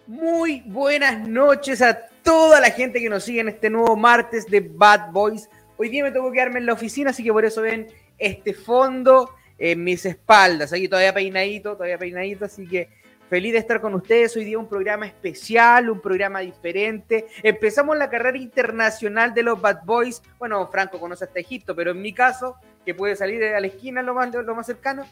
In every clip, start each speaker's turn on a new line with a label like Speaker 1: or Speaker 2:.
Speaker 1: Muy buenas noches a toda la gente que nos sigue en este nuevo martes de Bad Boys. Hoy día me tengo que quedarme en la oficina, así que por eso ven este fondo en mis espaldas. Aquí todavía peinadito, así que feliz de estar con ustedes. Hoy día un programa especial, un programa diferente. Empezamos la carrera internacional de los Bad Boys. Bueno, Franco conoce hasta Egipto, pero en mi caso, que puede salir a la esquina lo más cercano,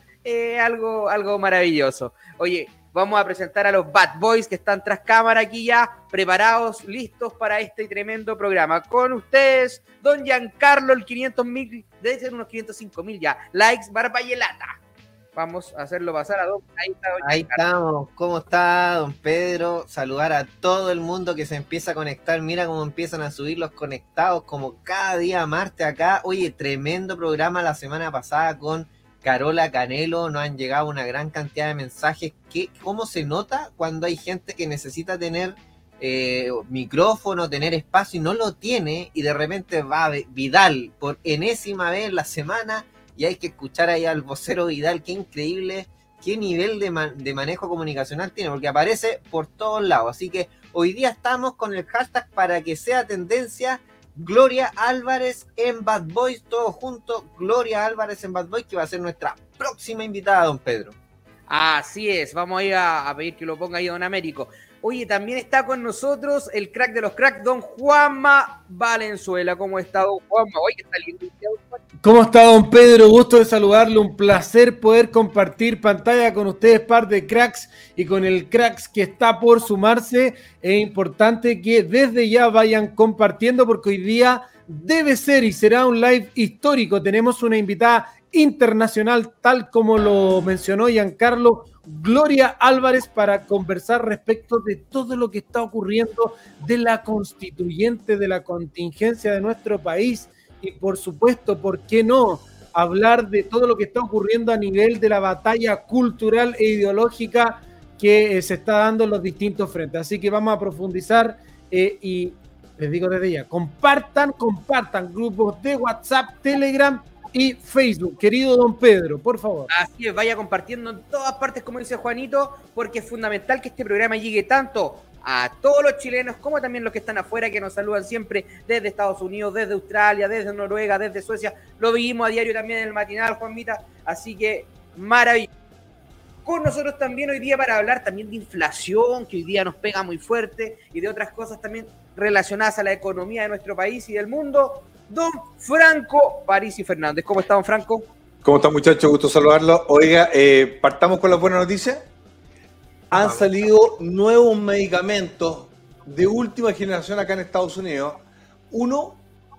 Speaker 1: algo maravilloso. Oye, vamos a presentar a los Bad Boys que están tras cámara aquí ya, preparados, listos para este tremendo programa. Con ustedes, don Giancarlo, el 500.000, debe ser unos 505.000 ya, likes, barba y helata. Vamos a hacerlo pasar a don.
Speaker 2: Ahí está, don Ahí estamos. ¿Cómo está, don Pedro? Saludar a todo el mundo que se empieza a conectar. Mira cómo empiezan a subir los conectados, como cada día martes acá. Oye, tremendo programa la semana pasada con Carola Canelo. Nos han llegado una gran cantidad de mensajes. ¿Cómo se nota cuando hay gente que necesita tener micrófono, tener espacio y no lo tiene? Y de repente va Vidal por enésima vez en la semana y hay que escuchar ahí al vocero Vidal. Qué increíble, qué nivel de manejo comunicacional tiene, porque aparece por todos lados. Así que hoy día estamos con el hashtag para que sea tendencia Gloria Álvarez en Bad Boys, todo junto, Gloria Álvarez en Bad Boys, que va a ser nuestra próxima invitada, don Pedro.
Speaker 1: Así es, vamos a ir a pedir que lo ponga ahí don Américo. Oye, también está con nosotros el crack de los cracks, don Juanma Valenzuela. ¿Cómo está, don Juanma? Oye, está lindo.
Speaker 3: ¿Cómo está, don Pedro? Gusto de saludarlo. Un placer poder compartir pantalla con ustedes, par de cracks, y con el cracks que está por sumarse. Es importante que desde ya vayan compartiendo, porque hoy día debe ser y será un live histórico. Tenemos una invitada internacional, tal como lo mencionó Giancarlo, Gloria Álvarez, para conversar respecto de todo lo que está ocurriendo, de la constituyente, de la contingencia de nuestro país. Y por supuesto, ¿por qué no hablar de todo lo que está ocurriendo a nivel de la batalla cultural e ideológica que se está dando en los distintos frentes? Así que vamos a profundizar y les digo desde ya, compartan grupos de WhatsApp, Telegram y Facebook. Querido don Pedro, por favor.
Speaker 1: Así es, vaya compartiendo en todas partes, como dice Juanito, porque es fundamental que este programa llegue tanto a todos los chilenos como también los que están afuera, que nos saludan siempre desde Estados Unidos, desde Australia, desde Noruega, desde Suecia. Lo vimos a diario también en el matinal, Juanmita, así que maravilloso. Con nosotros también hoy día para hablar también de inflación, que hoy día nos pega muy fuerte, y de otras cosas también relacionadas a la economía de nuestro país y del mundo, don Franco Parisi Fernández. ¿Cómo está, don Franco?
Speaker 4: ¿Cómo está, muchachos? Gusto saludarlo. Oiga, partamos con la buena noticia. Han salido nuevos medicamentos de última generación acá en Estados Unidos. Uno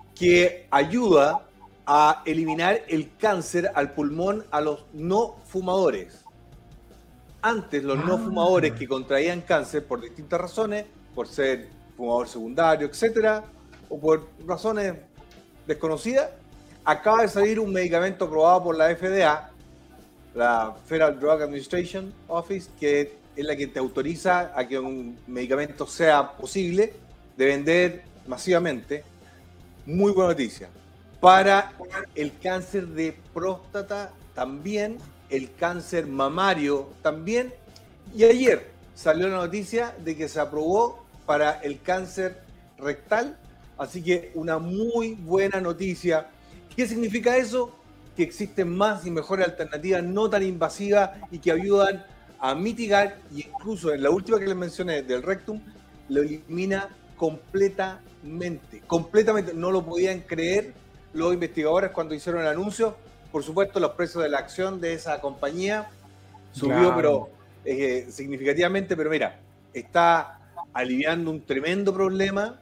Speaker 4: que ayuda a eliminar el cáncer al pulmón a los no fumadores. Antes, los no fumadores que contraían cáncer por distintas razones, por ser fumador secundario, etcétera, o por razones desconocidas, acaba de salir un medicamento aprobado por la FDA, la Federal Drug Administration Office, que es la que te autoriza a que un medicamento sea posible de vender masivamente. Muy buena noticia. Para el cáncer de próstata también, el cáncer mamario también. Y ayer salió la noticia de que se aprobó para el cáncer rectal. Así que una muy buena noticia. ¿Qué significa eso? Que existen más y mejores alternativas no tan invasivas y que ayudan a mitigar, y incluso en la última que les mencioné del rectum, lo elimina completamente. No lo podían creer los investigadores cuando hicieron el anuncio. Por supuesto, los precios de la acción de esa compañía subió, claro, pero significativamente, pero mira, está aliviando un tremendo problema,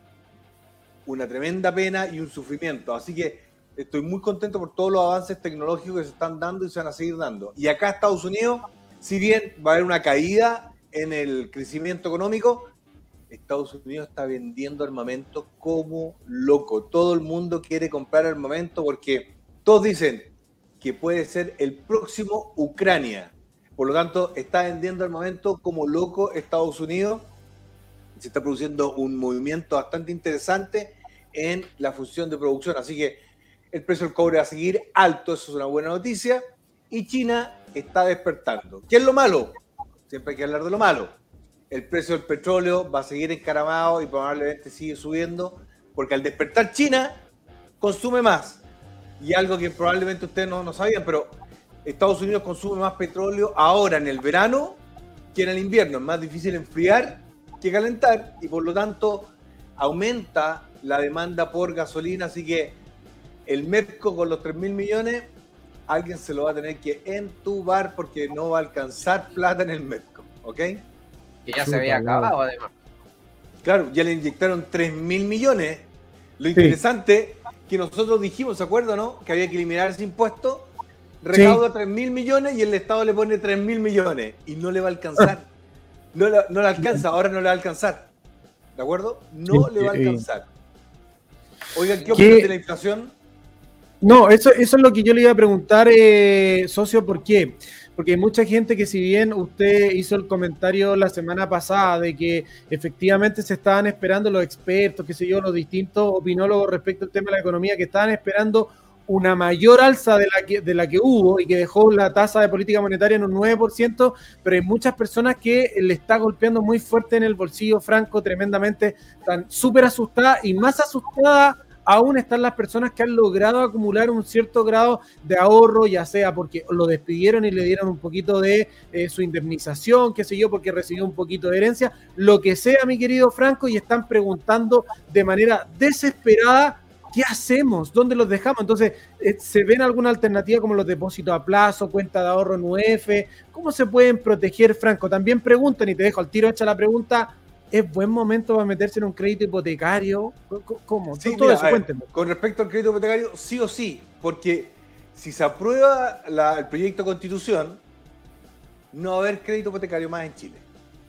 Speaker 4: una tremenda pena y un sufrimiento. Así que estoy muy contento por todos los avances tecnológicos que se están dando y se van a seguir dando. Y acá Estados Unidos, si bien va a haber una caída en el crecimiento económico, Estados Unidos está vendiendo armamento como loco. Todo el mundo quiere comprar armamento porque todos dicen que puede ser el próximo Ucrania. Por lo tanto, está vendiendo armamento como loco Estados Unidos. Se está produciendo un movimiento bastante interesante en la función de producción. Así que el precio del cobre va a seguir alto, eso es una buena noticia. Y China está despertando. ¿Qué es lo malo? Siempre hay que hablar de lo malo. el precio del petróleo va a seguir encaramado y probablemente sigue subiendo, porque al despertar China consume más. Y algo que probablemente ustedes no sabían, pero Estados Unidos consume más petróleo ahora en el verano que en el invierno. Es más difícil enfriar que calentar y por lo tanto aumenta la demanda por gasolina. Así que el MEPCO con los 3.000 millones, alguien se lo va a tener que entubar porque no va a alcanzar plata en el MEPCO, ¿ok?
Speaker 2: Que ya se había acabado, además.
Speaker 4: Claro, ya le inyectaron 3.000 millones. Lo interesante que nosotros dijimos, ¿se acuerdan, no? Que había que eliminar ese impuesto. Recauda 3.000 millones y el Estado le pone 3.000 millones y no le va a alcanzar. No le alcanza, ahora no le va a alcanzar. ¿De acuerdo? No le va a alcanzar. Oigan, ¿qué opinan de la inflación?
Speaker 3: No, eso es lo que yo le iba a preguntar, socio, ¿por qué? Porque hay mucha gente que, si bien usted hizo el comentario la semana pasada de que efectivamente se estaban esperando los expertos, qué sé yo, los distintos opinólogos respecto al tema de la economía, que estaban esperando una mayor alza de la que hubo y que dejó la tasa de política monetaria en un 9%, pero hay muchas personas que le está golpeando muy fuerte en el bolsillo, Franco, tremendamente, están súper asustadas, y más asustadas aún están las personas que han logrado acumular un cierto grado de ahorro, ya sea porque lo despidieron y le dieron un poquito de su indemnización, qué sé yo, porque recibió un poquito de herencia, lo que sea, mi querido Franco, y están preguntando de manera desesperada, ¿qué hacemos? ¿Dónde los dejamos? Entonces, ¿se ven alguna alternativa como los depósitos a plazo, cuenta de ahorro en UF? ¿Cómo se pueden proteger, Franco? También preguntan, y te dejo al tiro hecha la pregunta, ¿es buen momento para meterse en un crédito hipotecario? ¿Cómo?
Speaker 4: Sí,
Speaker 3: todo
Speaker 4: mira,
Speaker 3: eso, cuéntenme.
Speaker 4: Con respecto al crédito hipotecario, sí o sí, porque si se aprueba el proyecto de constitución, no va a haber crédito hipotecario más en Chile.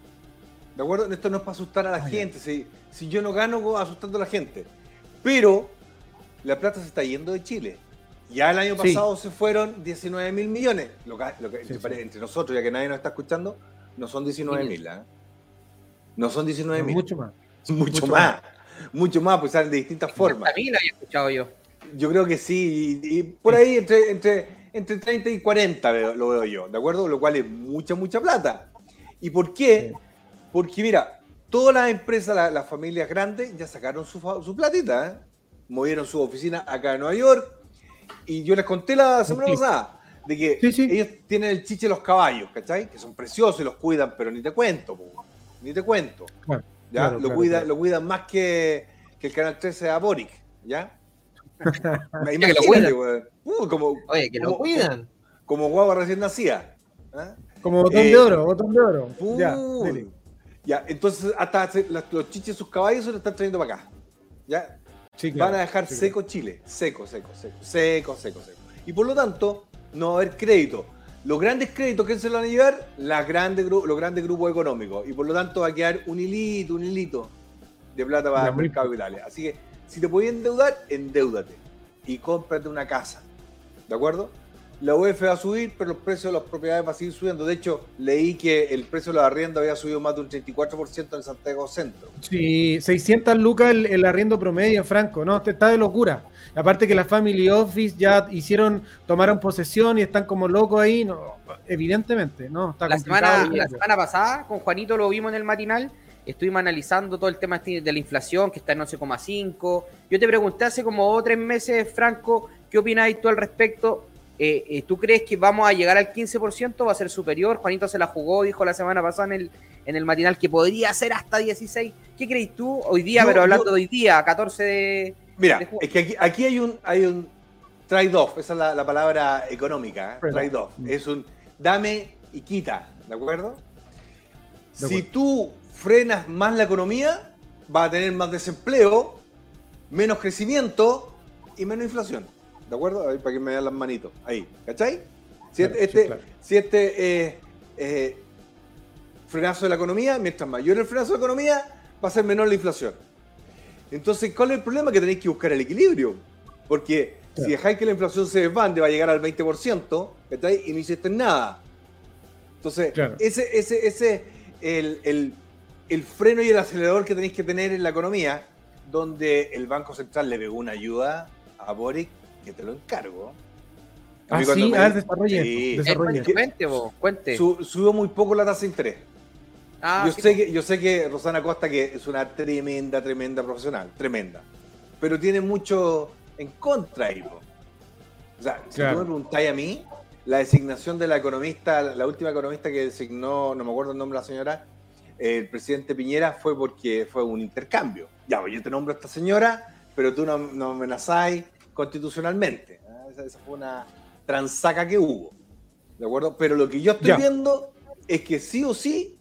Speaker 4: ¿De acuerdo? Esto no es para asustar a la gente. Si yo no gano asustando a la gente. Pero la plata se está yendo de Chile. Ya el año pasado se fueron 19.000 millones. Lo que entre nosotros, ya que nadie nos está escuchando, no son 19.000, ¿eh? No son 19.000.
Speaker 3: Mucho más.
Speaker 4: Mucho más, pues salen de distintas formas.
Speaker 2: También lo había escuchado yo.
Speaker 4: Yo creo que sí, y por ahí entre 30 y 40 lo veo yo, ¿de acuerdo? Lo cual es mucha plata. ¿Y por qué? Porque mira, todas las empresas, las familias grandes, ya sacaron su platita, ¿eh? Movieron su oficina acá en Nueva York, y yo les conté la semana pasada de que ellos tienen el chiche de los caballos, ¿cachai? Que son preciosos y los cuidan, pero ni te cuento, ni te cuento. ¿Ya? Lo cuidan más que el Canal 13 de Boric, ¿ya?
Speaker 2: Que lo cuidan. Oye, que lo cuidan.
Speaker 4: Como guagua recién nacida. ¿Eh?
Speaker 3: Como botón de oro.
Speaker 4: Ya, entonces hasta los chiches de sus caballos se los están trayendo para acá. ¿Ya? Sí, claro, van a dejar seco Chile. Seco. Y por lo tanto, no va a haber crédito. Los grandes créditos, ¿quién se lo van a llevar? Los grandes grupos económicos. Y por lo tanto va a quedar un hilito de plata para el mercado de capitales. Así que, si te podías endeudar, endeúdate. Y cómprate una casa. ¿De acuerdo? La UF va a subir, pero los precios de las propiedades van a seguir subiendo. De hecho, leí que el precio de la arriendo había subido más de un 34% en Santiago Centro.
Speaker 3: Sí, 600 lucas el arriendo promedio, Franco, ¿no? Está de locura. Aparte que la Family Office ya tomaron posesión y están como locos ahí, no, evidentemente, ¿no? Está
Speaker 2: la semana pasada, con Juanito lo vimos en el matinal, estuvimos analizando todo el tema de la inflación, que está en 11,5. Yo te pregunté hace como 3 meses, Franco, ¿qué opinas tú al respecto? ¿Tú crees que vamos a llegar al 15%? ¿Va a ser superior? Juanito se la jugó, dijo la semana pasada en el matinal que podría ser hasta 16. ¿Qué crees tú hoy día, pero hablando de hoy día, 14 de...
Speaker 4: Mira, es que aquí hay un trade-off, esa es la palabra económica, trade-off. Es un dame y quita, ¿de acuerdo? Si tú frenas más la economía, vas a tener más desempleo, menos crecimiento y menos inflación. ¿De acuerdo? A ver, para que me vean las manitos. Ahí, ¿cachai? Si frenazo de la economía, mientras mayor el frenazo de la economía, va a ser menor la inflación. Entonces, ¿cuál es el problema? Que tenéis que buscar el equilibrio. Porque si dejáis que la inflación se desbande, va a llegar al 20%, ¿cachai? Y no hiciste nada. Entonces, ese el freno y el acelerador que tenéis que tener en la economía, donde el Banco Central le pegó una ayuda a Boric, que te lo encargo.
Speaker 3: Desarrolle.
Speaker 2: Cuente.
Speaker 4: Subió muy poco la tasa de interés. Yo sé que Rosana Costa, que es una tremenda profesional, tremenda, pero tiene mucho en contra ahí. O sea, si tú me preguntáis a mí, la designación de la economista, la última economista que designó, no me acuerdo el nombre de la señora, el presidente Piñera, fue porque fue un intercambio. Ya, pues yo te nombro a esta señora, pero tú no amenazáis constitucionalmente. Esa fue una transaca que hubo, ¿de acuerdo? Pero lo que yo estoy viendo es que sí o sí,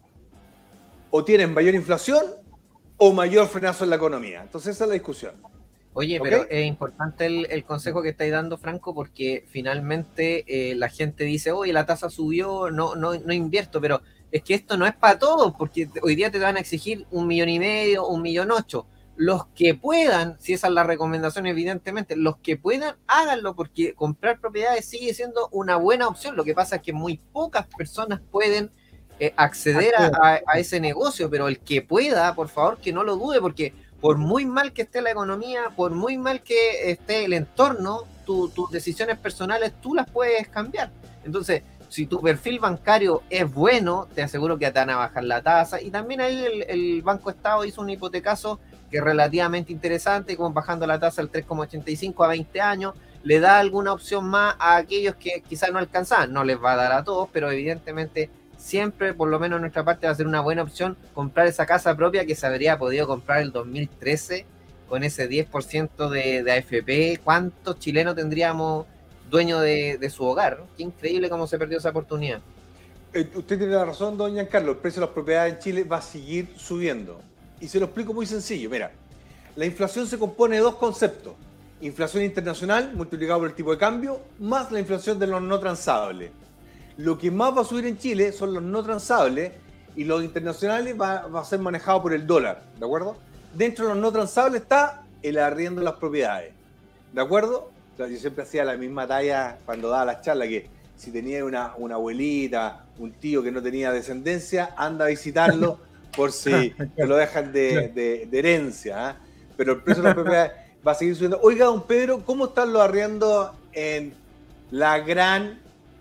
Speaker 4: o tienen mayor inflación o mayor frenazo en la economía. Entonces esa es la discusión.
Speaker 2: Oye,
Speaker 4: ¿Okay?
Speaker 2: pero es importante el consejo que estáis dando, Franco, porque finalmente la gente dice, oye, la tasa subió, no invierto, pero es que esto no es para todos, porque hoy día te van a exigir 1,5 millones, 1,8 millones. Los que puedan, si esa es la recomendación, evidentemente, los que puedan, háganlo, porque comprar propiedades sigue siendo una buena opción. Lo que pasa es que muy pocas personas pueden acceder a ese negocio, pero el que pueda, por favor, que no lo dude, porque por muy mal que esté la economía, por muy mal que esté el entorno, tus decisiones personales tú las puedes cambiar. Entonces, si tu perfil bancario es bueno, te aseguro que te van a bajar la tasa. Y también ahí el Banco Estado hizo un hipotecaso que es relativamente interesante, como bajando la tasa del 3,85 a 20 años, le da alguna opción más a aquellos que quizás no alcanzan. No les va a dar a todos, pero evidentemente siempre, por lo menos en nuestra parte, va a ser una buena opción comprar esa casa propia que se habría podido comprar el 2013 con ese 10% de AFP. ¿Cuántos chilenos tendríamos dueños de su hogar? Qué increíble cómo se perdió esa oportunidad.
Speaker 4: Usted tiene la razón, don Giancarlo, el precio de las propiedades en Chile va a seguir subiendo. Y se lo explico muy sencillo. Mira, la inflación se compone de dos conceptos. Inflación internacional multiplicado por el tipo de cambio, más la inflación de los no transables. Lo que más va a subir en Chile son los no transables y los internacionales va a ser manejado por el dólar, ¿de acuerdo? Dentro de los no transables está el arriendo de las propiedades, ¿de acuerdo? O sea, yo siempre hacía la misma talla cuando daba las charlas, que si tenía una abuelita, un tío que no tenía descendencia, anda a visitarlo por si te lo dejan de herencia, ¿eh? Pero el precio de las propiedades va a seguir subiendo. Oiga, don Pedro, ¿cómo están los arriendos en la gran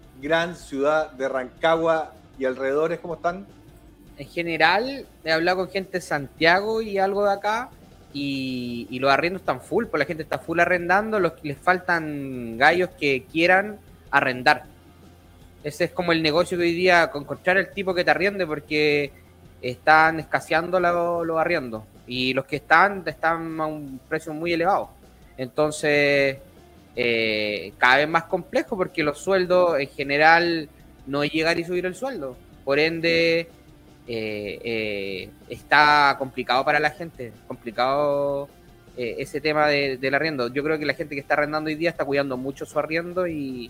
Speaker 4: ciudad de Rancagua y alrededores? ¿Cómo están?
Speaker 1: En general, he hablado con gente de Santiago y algo de acá, y los arriendos están full, pues la gente está full arrendando, los que les faltan gallos que quieran arrendar. Ese es como el negocio que hoy día, encontrar el tipo que te arriende, porque están escaseando los arriendos, y los que están a un precio muy elevado. Entonces, cada vez más complejo, porque los sueldos en general no es llegar y subir el sueldo, por ende está complicado para la gente, complicado ese tema del arriendo. Yo creo que la gente que está arrendando hoy día está cuidando mucho su arriendo, y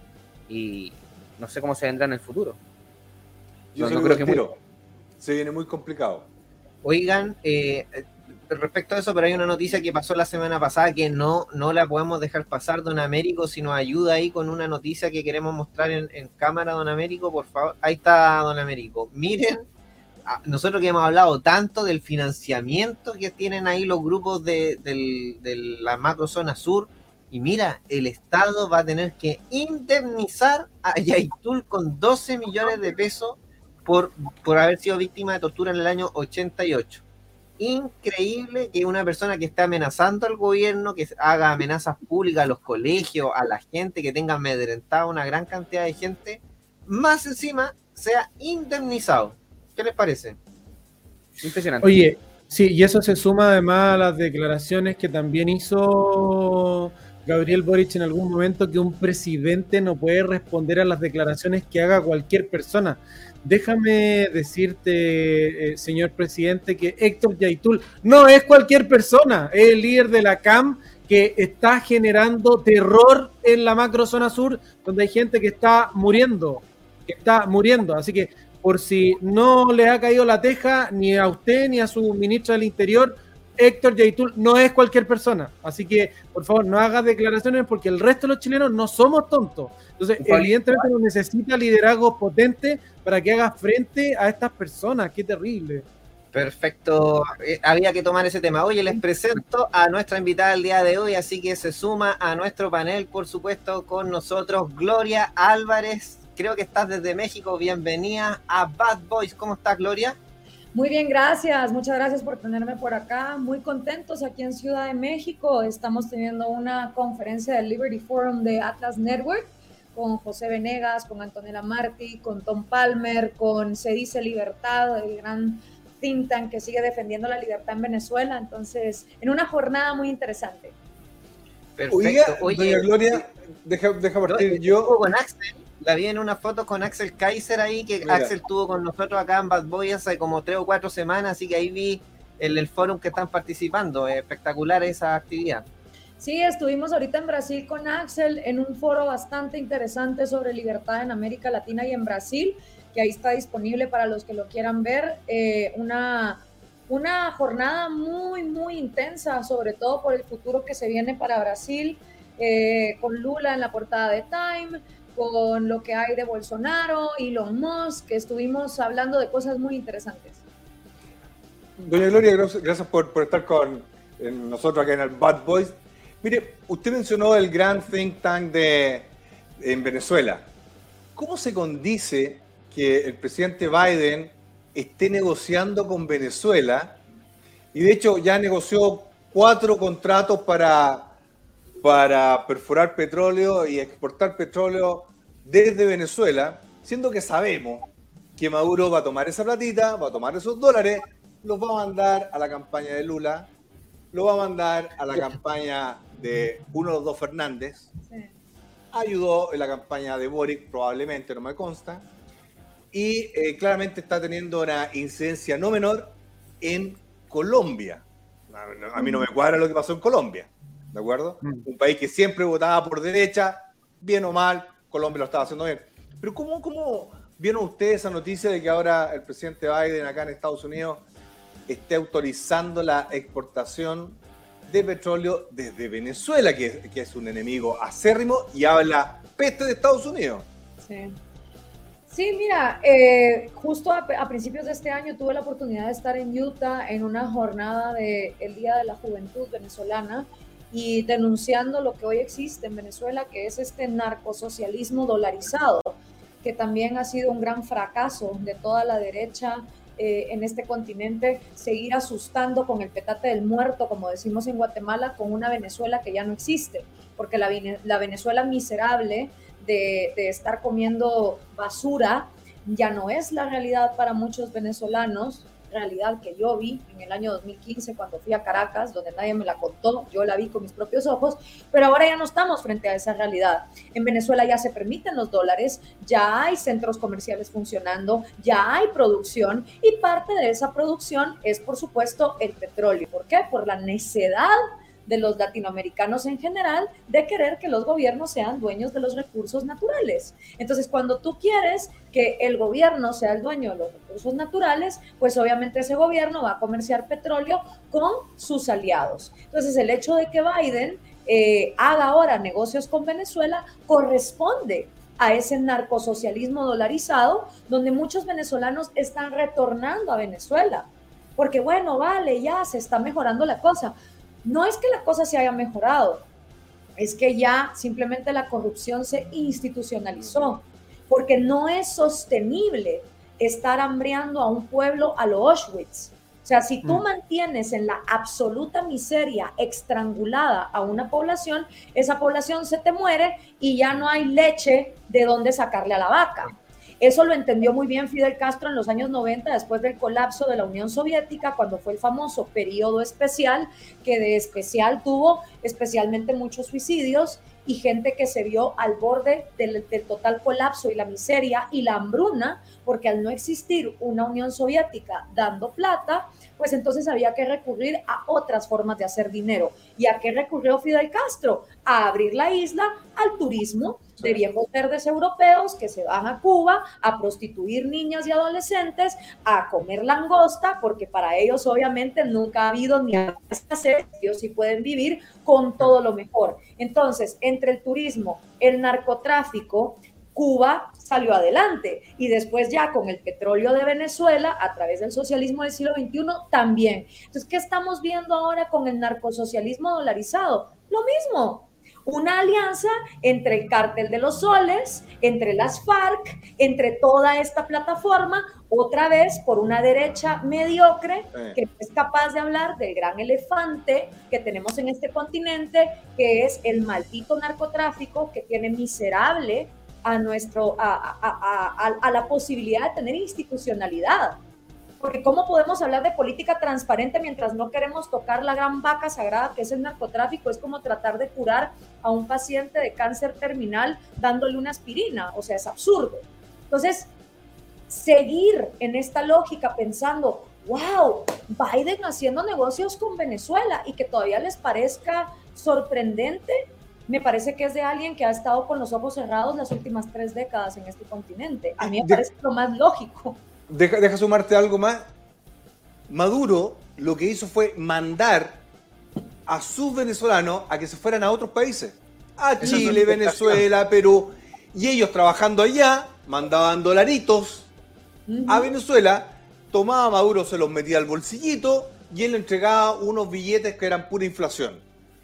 Speaker 1: no sé cómo se vendrá en el futuro.
Speaker 4: Yo no creo que se viene muy complicado.
Speaker 2: Oigan, respecto a eso, pero hay una noticia que pasó la semana pasada que no la podemos dejar pasar, don Américo, si nos ayuda ahí con una noticia que queremos mostrar en cámara, don Américo, por favor. Ahí está, don Américo. Miren, nosotros que hemos hablado tanto del financiamiento que tienen ahí los grupos de la macrozona sur, y mira, el Estado va a tener que indemnizar a Yaitul con 12 millones de pesos por haber sido víctima de tortura en el año 88. Increíble que una persona que está amenazando al gobierno, que haga amenazas públicas a los colegios, a la gente, que tenga amedrentado una gran cantidad de gente, más encima sea indemnizado. ¿Qué les parece?
Speaker 1: Impresionante.
Speaker 3: Oye, sí, y eso se suma además a las declaraciones que también hizo Gabriel Boric en algún momento, que un presidente no puede responder a las declaraciones que haga cualquier persona. Déjame decirte, señor presidente, que Héctor Yaitul no es cualquier persona, es el líder de la CAM, que está generando terror en la macrozona sur, donde hay gente que está muriendo. Así que, por si no le ha caído la teja ni a usted ni a su ministro del Interior, Héctor Yaitul no es cualquier persona. Así que, por favor, no haga declaraciones, porque el resto de los chilenos no somos tontos. Entonces, evidentemente no necesita liderazgo potente para que haga frente a estas personas. ¡Qué terrible!
Speaker 2: Perfecto, había que tomar ese tema. Oye, les presento a nuestra invitada el día de hoy, así que se suma a nuestro panel, por supuesto, con nosotros Gloria Álvarez. Creo que estás desde México. Bienvenida a Bad Boys. ¿Cómo estás, Gloria?
Speaker 5: Muy bien, gracias. Muchas gracias por tenerme por acá. Muy contentos aquí en Ciudad de México. Estamos teniendo una conferencia del Liberty Forum de Atlas Network con José Venegas, con Antonella Martí, con Tom Palmer, con Se Dice Libertad, el gran think tank que sigue defendiendo la libertad en Venezuela. Entonces, en una jornada muy interesante.
Speaker 2: Perfecto.
Speaker 4: Oiga,
Speaker 2: Oye,
Speaker 4: doña Gloria, deja partir yo.
Speaker 2: Con Axel, la vi en una foto con Axel Kaiser ahí, que
Speaker 4: Mira.
Speaker 2: Axel estuvo con nosotros acá en Bad Boy hace como 3 o 4 semanas, así que ahí vi el fórum que están participando. Espectacular esa actividad.
Speaker 5: Sí, estuvimos ahorita en Brasil con Axel en un foro bastante interesante sobre libertad en América Latina y en Brasil, que ahí está disponible para los que lo quieran ver. Una jornada muy, muy intensa, sobre todo por el futuro que se viene para Brasil, con Lula en la portada de Time, con lo que hay de Bolsonaro, Elon Musk, que estuvimos hablando de cosas muy interesantes.
Speaker 4: Doña Gloria, gracias por estar con nosotros acá en el Bad Boys. Mire, usted mencionó el gran think tank en Venezuela. ¿Cómo se condice que el presidente Biden esté negociando con Venezuela? Y de hecho ya negoció 4 contratos para perforar petróleo y exportar petróleo desde Venezuela, siendo que sabemos que Maduro va a tomar esa platita, va a tomar esos dólares, los va a mandar a la campaña de Lula, lo va a mandar a la campaña de uno de los dos Fernández,
Speaker 5: Sí.
Speaker 4: ayudó en la campaña de Boric, probablemente, no me consta, y claramente está teniendo una incidencia no menor en Colombia. A mí no me cuadra lo que pasó en Colombia, ¿de acuerdo? Un país que siempre votaba por derecha, bien o mal, Colombia lo estaba haciendo bien. Pero ¿cómo vieron ustedes esa noticia de que ahora el presidente Biden acá en Estados Unidos esté autorizando la exportación de petróleo desde Venezuela, que es un enemigo acérrimo y habla peste de Estados Unidos?
Speaker 5: Sí. Sí, mira, justo a principios de este año tuve la oportunidad de estar en Utah en una jornada del Día de la Juventud venezolana y denunciando lo que hoy existe en Venezuela, que es este narcosocialismo dolarizado, que también ha sido un gran fracaso de toda la derecha en este continente, seguir asustando con el petate del muerto, como decimos en Guatemala, con una Venezuela que ya no existe, porque la Venezuela miserable de estar comiendo basura ya no es la realidad para muchos venezolanos, realidad que yo vi en el año 2015 cuando fui a Caracas, donde nadie me la contó, yo la vi con mis propios ojos, pero ahora ya no estamos frente a esa realidad. En Venezuela ya se permiten los dólares, ya hay centros comerciales funcionando, ya hay producción y parte de esa producción es, por supuesto, el petróleo. ¿Por qué? Por la necedad de los latinoamericanos en general de querer que los gobiernos sean dueños de los recursos naturales. Entonces, cuando tú quieres que el gobierno sea el dueño de los recursos naturales, pues obviamente ese gobierno va a comerciar petróleo con sus aliados. Entonces, el hecho de que Biden haga ahora negocios con Venezuela corresponde a ese narcosocialismo dolarizado, donde muchos venezolanos están retornando a Venezuela. Porque bueno, vale, ya se está mejorando la cosa. No es que la cosa se haya mejorado, es que ya simplemente la corrupción se institucionalizó, porque no es sostenible estar hambriando a un pueblo a lo Auschwitz. O sea, si tú mantienes en la absoluta miseria estrangulada a una población, esa población se te muere y ya no hay leche de dónde sacarle a la vaca. Eso lo entendió muy bien Fidel Castro en los años 90, después del colapso de la Unión Soviética, cuando fue el famoso periodo especial, que de especial tuvo especialmente muchos suicidios y gente que se vio al borde del total colapso y la miseria y la hambruna, porque al no existir una Unión Soviética dando plata, pues entonces había que recurrir a otras formas de hacer dinero. ¿Y a qué recurrió Fidel Castro? A abrir la isla al turismo de viejos verdes europeos que se van a Cuba a prostituir niñas y adolescentes, a comer langosta, porque para ellos obviamente nunca ha habido ni escasez, ellos sí pueden vivir con todo lo mejor. Entonces, entre el turismo, el narcotráfico, Cuba salió adelante y después ya con el petróleo de Venezuela a través del socialismo del siglo XXI también. Entonces, ¿qué estamos viendo ahora con el narcosocialismo dolarizado? Lo mismo. una alianza entre el Cártel de los Soles, entre las FARC, entre toda esta plataforma, otra vez por una derecha mediocre que no es capaz de hablar del gran elefante que tenemos en este continente, que es el maldito narcotráfico que tiene miserable a la posibilidad de tener institucionalidad. Porque ¿cómo podemos hablar de política transparente mientras no queremos tocar la gran vaca sagrada que es el narcotráfico? Es como tratar de curar a un paciente de cáncer terminal dándole una aspirina, o sea, es absurdo. Entonces, seguir en esta lógica pensando, wow, Biden haciendo negocios con Venezuela y que todavía les parezca sorprendente, me parece que es de alguien que ha estado con los ojos cerrados las últimas 3 décadas en este continente. A mí me parece lo más lógico.
Speaker 4: Deja sumarte algo más. Maduro lo que hizo fue mandar a sus venezolanos a que se fueran a otros países. A Chile, Venezuela, Perú. Y ellos trabajando allá, mandaban dolaritos a Venezuela, tomaba Maduro, se los metía al bolsillito y él le entregaba unos billetes que eran pura inflación.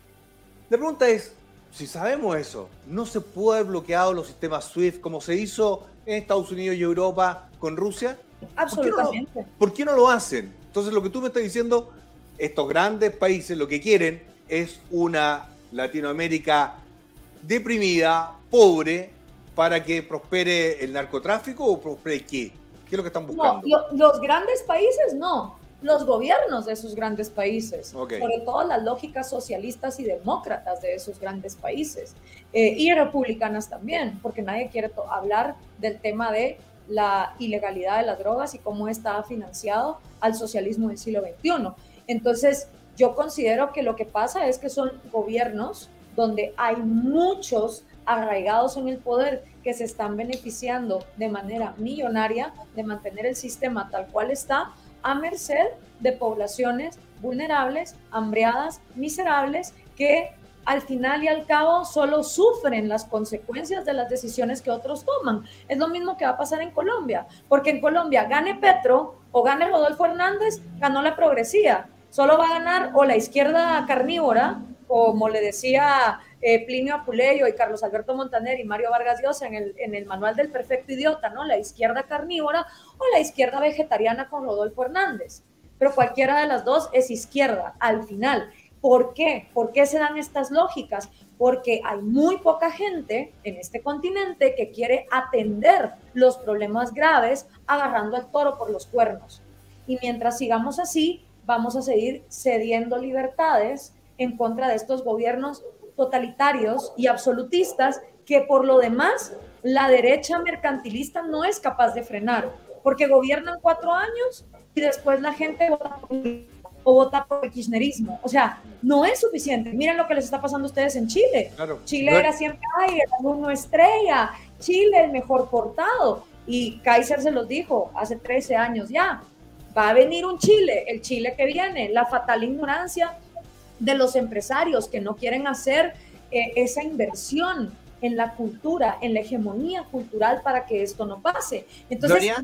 Speaker 4: La pregunta es, si sabemos eso, ¿no se puede haber bloqueado los sistemas SWIFT como se hizo en Estados Unidos y Europa con Rusia?
Speaker 5: Absolutamente.
Speaker 4: ¿Por qué no lo hacen? Entonces lo que tú me estás diciendo, estos grandes países lo que quieren es una Latinoamérica deprimida, pobre, para que prospere el narcotráfico o prospere qué? ¿Qué es lo que están buscando?
Speaker 5: No, los grandes países no, los gobiernos de esos grandes países,
Speaker 4: Okay.
Speaker 5: sobre todo las lógicas socialistas y demócratas de esos grandes países, y republicanas también, porque nadie quiere hablar del tema de la ilegalidad de las drogas y cómo está financiado al socialismo del siglo XXI. Entonces, yo considero que lo que pasa es que son gobiernos donde hay muchos arraigados en el poder que se están beneficiando de manera millonaria de mantener el sistema tal cual está, a merced de poblaciones vulnerables, hambreadas, miserables, que al final y al cabo solo sufren las consecuencias de las decisiones que otros toman. Es lo mismo que va a pasar en Colombia, porque en Colombia gane Petro o gane Rodolfo Hernández, ganó la progresía. Solo va a ganar o la izquierda carnívora, como le decía Plinio Apuleyo y Carlos Alberto Montaner y Mario Vargas Llosa en el manual del perfecto idiota, ¿no? La izquierda carnívora o la izquierda vegetariana con Rodolfo Hernández. Pero cualquiera de las dos es izquierda al final. ¿Por qué? ¿Por qué se dan estas lógicas? Porque hay muy poca gente en este continente que quiere atender los problemas graves agarrando al toro por los cuernos. Y mientras sigamos así, vamos a seguir cediendo libertades en contra de estos gobiernos totalitarios y absolutistas que por lo demás la derecha mercantilista no es capaz de frenar, porque gobiernan 4 años y después la gente vota por el kirchnerismo. O sea, no es suficiente. Miren lo que les está pasando a ustedes en Chile. Claro. Chile era siempre, ay, el alumno estrella, Chile el mejor portado. Y Kaiser se los dijo hace 13 años ya. Va a venir un Chile, el Chile que viene, la fatal ignorancia de los empresarios que no quieren hacer esa inversión en la cultura, en la hegemonía cultural para que esto no pase. Entonces,
Speaker 2: Gloria,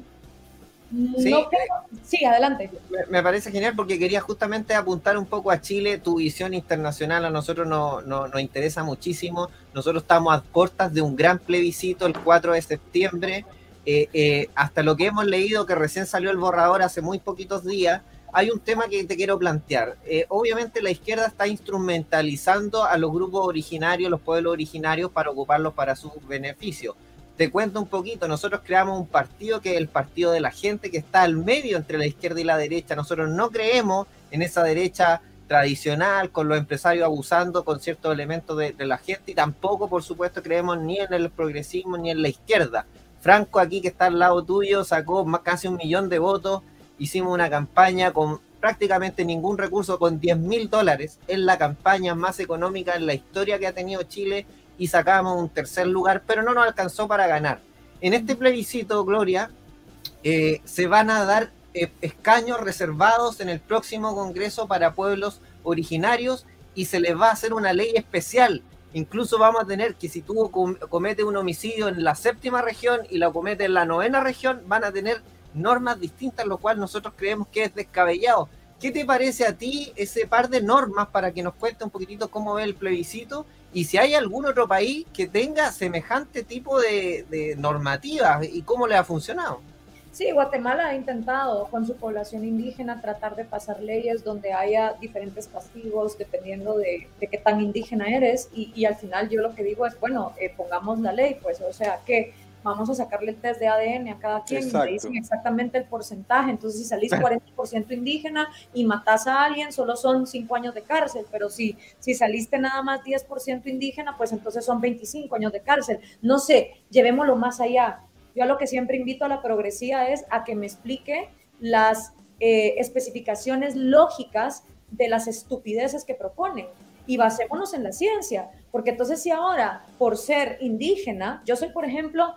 Speaker 5: sí, adelante.
Speaker 2: Me parece genial porque quería justamente apuntar un poco a Chile, tu visión internacional a nosotros nos interesa muchísimo. Nosotros estamos a puertas de un gran plebiscito el 4 de septiembre. Hasta lo que hemos leído, que recién salió el borrador hace muy poquitos días, hay un tema que te quiero plantear. Obviamente la izquierda está instrumentalizando a los grupos originarios, los pueblos originarios, para ocuparlos para sus beneficios. Te cuento un poquito, nosotros creamos un partido que es el partido de la gente, que está al medio entre la izquierda y la derecha. Nosotros no creemos en esa derecha tradicional, con los empresarios abusando con ciertos elementos de la gente, y tampoco, por supuesto, creemos ni en el progresismo ni en la izquierda. Franco, aquí que está al lado tuyo, sacó casi 1 millón de votos. Hicimos una campaña con prácticamente ningún recurso, con $10.000. Es la campaña más económica en la historia que ha tenido Chile y sacamos un 3er lugar, pero no nos alcanzó para ganar. En este plebiscito, Gloria, se van a dar escaños reservados en el próximo Congreso para pueblos originarios y se les va a hacer una ley especial. Incluso vamos a tener que si tú cometes un homicidio en la 7ª región y lo cometes en la 9ª región, van a tener normas distintas, lo cual nosotros creemos que es descabellado. ¿qué te parece a ti ese par de normas para que nos cuente un poquitito cómo ve el plebiscito? Y si hay algún otro país que tenga semejante tipo de normativas y cómo le ha funcionado.
Speaker 5: Sí, Guatemala ha intentado con su población indígena tratar de pasar leyes donde haya diferentes castigos dependiendo de qué tan indígena eres y al final yo lo que digo es, bueno, pongamos la ley, pues, o sea, que vamos a sacarle el test de ADN a cada quien
Speaker 4: Exacto.
Speaker 5: y le dicen exactamente el porcentaje, entonces si salís 40% indígena y matás a alguien, solo son 5 años de cárcel, pero si saliste nada más 10% indígena, pues entonces son 25 años de cárcel. No sé, llevémoslo más allá. Yo a lo que siempre invito a la progresía es a que me explique las especificaciones lógicas de las estupideces que proponen y basémonos en la ciencia, porque entonces si ahora por ser indígena, yo soy por ejemplo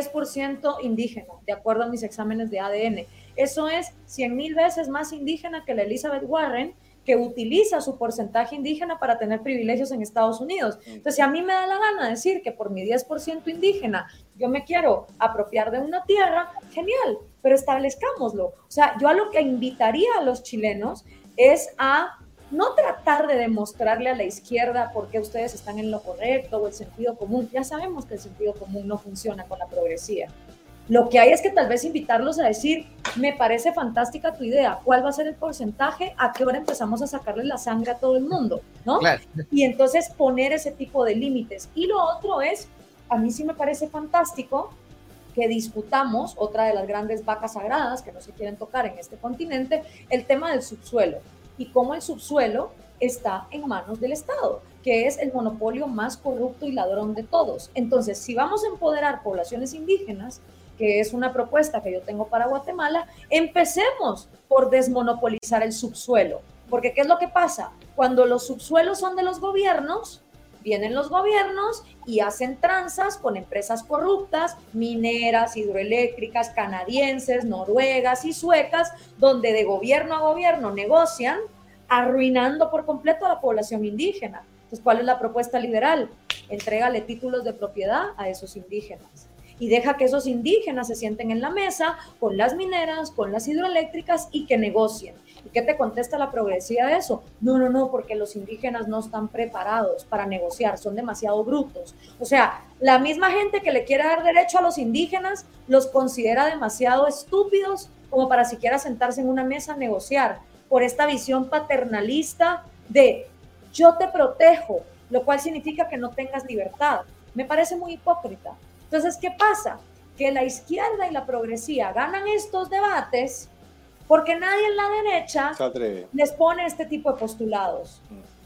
Speaker 5: 10% indígena, de acuerdo a mis exámenes de ADN, eso es 100,000 veces más indígena que la Elizabeth Warren, que utiliza su porcentaje indígena para tener privilegios en Estados Unidos. Entonces, si a mí me da la gana decir que por mi 10% indígena yo me quiero apropiar de una tierra, genial, pero establezcámoslo. O sea, yo a lo que invitaría a los chilenos es a no tratar de demostrarle a la izquierda por qué ustedes están en lo correcto o el sentido común. Ya sabemos que el sentido común no funciona con la progresía. Lo que hay es que tal vez invitarlos a decir, me parece fantástica tu idea, ¿cuál va a ser el porcentaje? ¿A qué hora empezamos a sacarle la sangre a todo el mundo? ¿No?
Speaker 2: Claro.
Speaker 5: Y entonces poner ese tipo de límites. Y lo otro es, a mí sí me parece fantástico que discutamos, otra de las grandes vacas sagradas que no se quieren tocar en este continente, el tema del subsuelo y cómo el subsuelo está en manos del Estado, que es el monopolio más corrupto y ladrón de todos. Entonces, si vamos a empoderar poblaciones indígenas, que es una propuesta que yo tengo para Guatemala, empecemos por desmonopolizar el subsuelo. Porque ¿qué es lo que pasa? Cuando los subsuelos son de los gobiernos, vienen los gobiernos y hacen tranzas con empresas corruptas, mineras, hidroeléctricas, canadienses, noruegas y suecas, donde de gobierno a gobierno negocian, arruinando por completo a la población indígena. Entonces, ¿cuál es la propuesta liberal? Entrégale títulos de propiedad a esos indígenas y deja que esos indígenas se sienten en la mesa con las mineras, con las hidroeléctricas y que negocien. ¿Y qué te contesta la progresía de eso? No, porque los indígenas no están preparados para negociar, son demasiado brutos. O sea, la misma gente que le quiere dar derecho a los indígenas los considera demasiado estúpidos como para siquiera sentarse en una mesa a negociar, por esta visión paternalista de yo te protejo, lo cual significa que no tengas libertad. Me parece muy hipócrita. Entonces, ¿qué pasa? Que la izquierda y la progresía ganan estos debates porque nadie en la derecha les pone este tipo de postulados.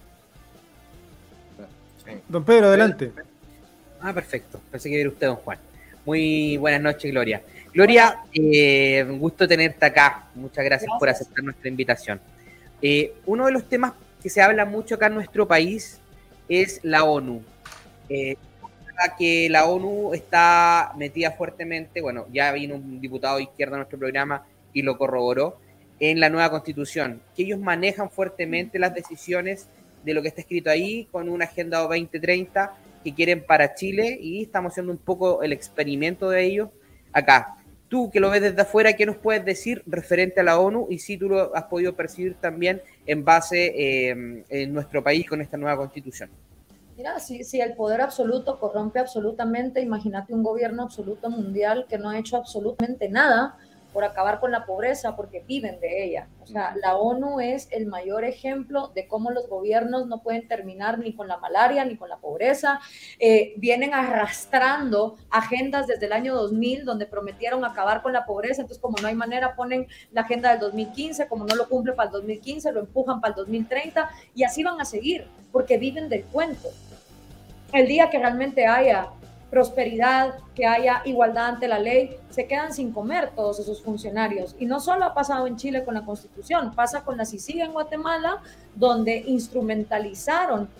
Speaker 3: Don Pedro, adelante.
Speaker 1: Perfecto. Pensé que era usted, don Juan. Muy buenas noches, Gloria. Gloria, un gusto tenerte acá. Muchas gracias por aceptar nuestra invitación. Uno de los temas que se habla mucho acá en nuestro país es la ONU. Que la ONU está metida fuertemente, bueno, ya vino un diputado de izquierda a nuestro programa y lo corroboró, en la nueva constitución, que ellos manejan fuertemente las decisiones de lo que está escrito ahí, con una agenda 2030 que quieren para Chile, y estamos haciendo un poco el experimento de ellos acá. Tú, que lo ves desde afuera, ¿qué nos puedes decir referente a la ONU? Y si tú lo has podido percibir también en base en nuestro país con esta nueva constitución.
Speaker 5: Mira, si el poder absoluto corrompe absolutamente, imagínate un gobierno absoluto mundial que no ha hecho absolutamente nada por acabar con la pobreza porque viven de ella. O sea, la ONU es el mayor ejemplo de cómo los gobiernos no pueden terminar ni con la malaria ni con la pobreza. Vienen arrastrando agendas desde el año 2000 donde prometieron acabar con la pobreza, entonces como no hay manera ponen la agenda del 2015, como no lo cumple para el 2015, lo empujan para el 2030 y así van a seguir porque viven del cuento. El día que realmente haya prosperidad, que haya igualdad ante la ley, se quedan sin comer todos esos funcionarios. Y no solo ha pasado en Chile con la Constitución, pasa con la CICIG en Guatemala, donde instrumentalizaron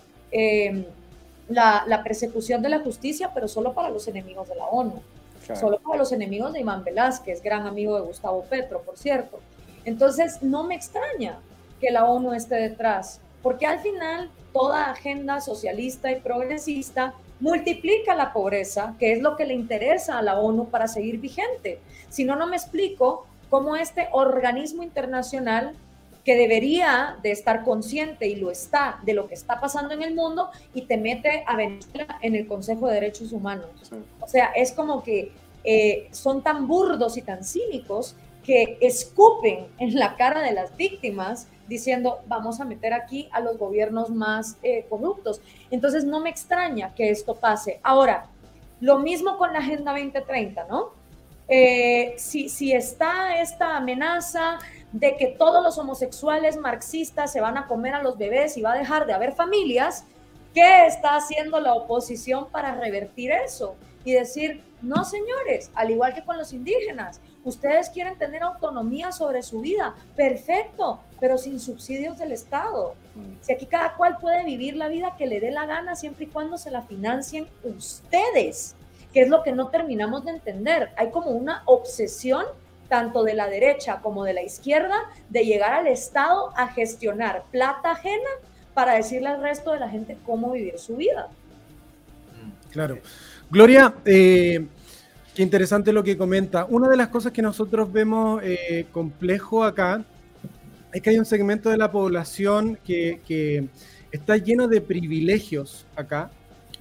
Speaker 5: la persecución de la justicia, pero solo para los enemigos de la ONU, claro. Solo para los enemigos de Iván Velázquez, gran amigo de Gustavo Petro, por cierto. Entonces, no me extraña que la ONU esté detrás, porque al final toda agenda socialista y progresista multiplica la pobreza, que es lo que le interesa a la ONU para seguir vigente. Si no, no me explico cómo este organismo internacional que debería de estar consciente, y lo está, de lo que está pasando en el mundo, y te mete a Venezuela en el Consejo de Derechos Humanos. Sí. O sea, es como que son tan burdos y tan cínicos que escupen en la cara de las víctimas diciendo, vamos a meter aquí a los gobiernos más corruptos. Entonces no me extraña que esto pase. Ahora, lo mismo con la Agenda 2030, ¿no? Si está esta amenaza de que todos los homosexuales marxistas se van a comer a los bebés y va a dejar de haber familias, ¿qué está haciendo la oposición para revertir eso? Y decir, no señores, al igual que con los indígenas, ustedes quieren tener autonomía sobre su vida, perfecto, pero sin subsidios del Estado. Si aquí cada cual puede vivir la vida que le dé la gana siempre y cuando se la financien ustedes, que es lo que no terminamos de entender. Hay como una obsesión tanto de la derecha como de la izquierda, de llegar al Estado a gestionar plata ajena para decirle al resto de la gente cómo vivir su vida.
Speaker 3: Claro. Gloria, qué interesante lo que comenta. Una de las cosas que nosotros vemos complejo acá es que hay un segmento de la población que está lleno de privilegios acá,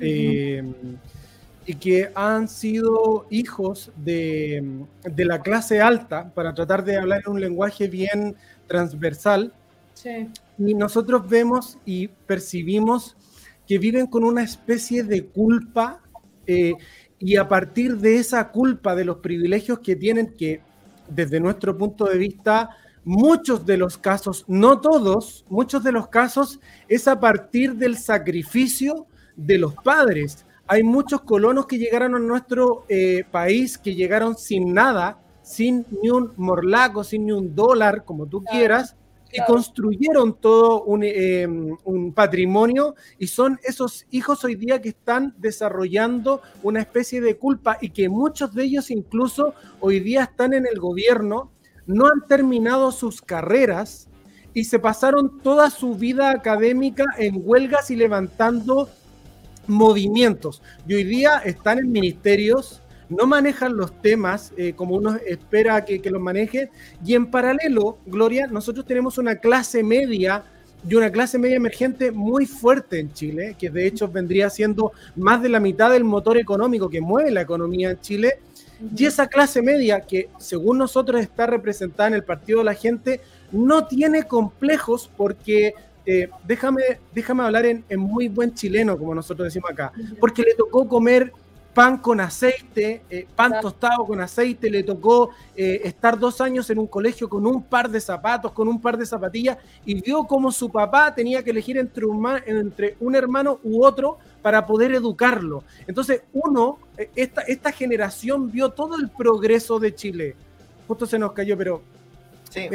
Speaker 3: y que han sido hijos de la clase alta, para tratar de hablar en un lenguaje bien transversal.
Speaker 5: Sí.
Speaker 3: Y nosotros vemos y percibimos que viven con una especie de culpa, y a partir de esa culpa de los privilegios que tienen, que desde nuestro punto de vista, muchos de los casos, no todos, muchos de los casos es a partir del sacrificio de los padres. Hay muchos colonos que llegaron a nuestro país, que llegaron sin nada, sin ni un morlaco, sin ni un dólar, como tú quieras, y construyeron todo un patrimonio, y son esos hijos hoy día que están desarrollando una especie de culpa, y que muchos de ellos incluso hoy día están en el gobierno, no han terminado sus carreras y se pasaron toda su vida académica en huelgas y levantando movimientos, y hoy día están en ministerios, no manejan los temas como uno espera que los maneje, y en paralelo, Gloria, nosotros tenemos una clase media y una clase media emergente muy fuerte en Chile, que de hecho vendría siendo más de la mitad del motor económico que mueve la economía en Chile, y esa clase media que según nosotros está representada en el Partido de la Gente, no tiene complejos porque... déjame hablar en muy buen chileno, como nosotros decimos acá, porque le tocó comer pan con aceite, pan tostado con aceite, le tocó estar 2 años en un colegio con un par de zapatos, con un par de zapatillas, y vio cómo su papá tenía que elegir entre un hermano u otro para poder educarlo. Entonces, esta generación vio todo el progreso de Chile. Justo se nos cayó, pero...
Speaker 2: Sí.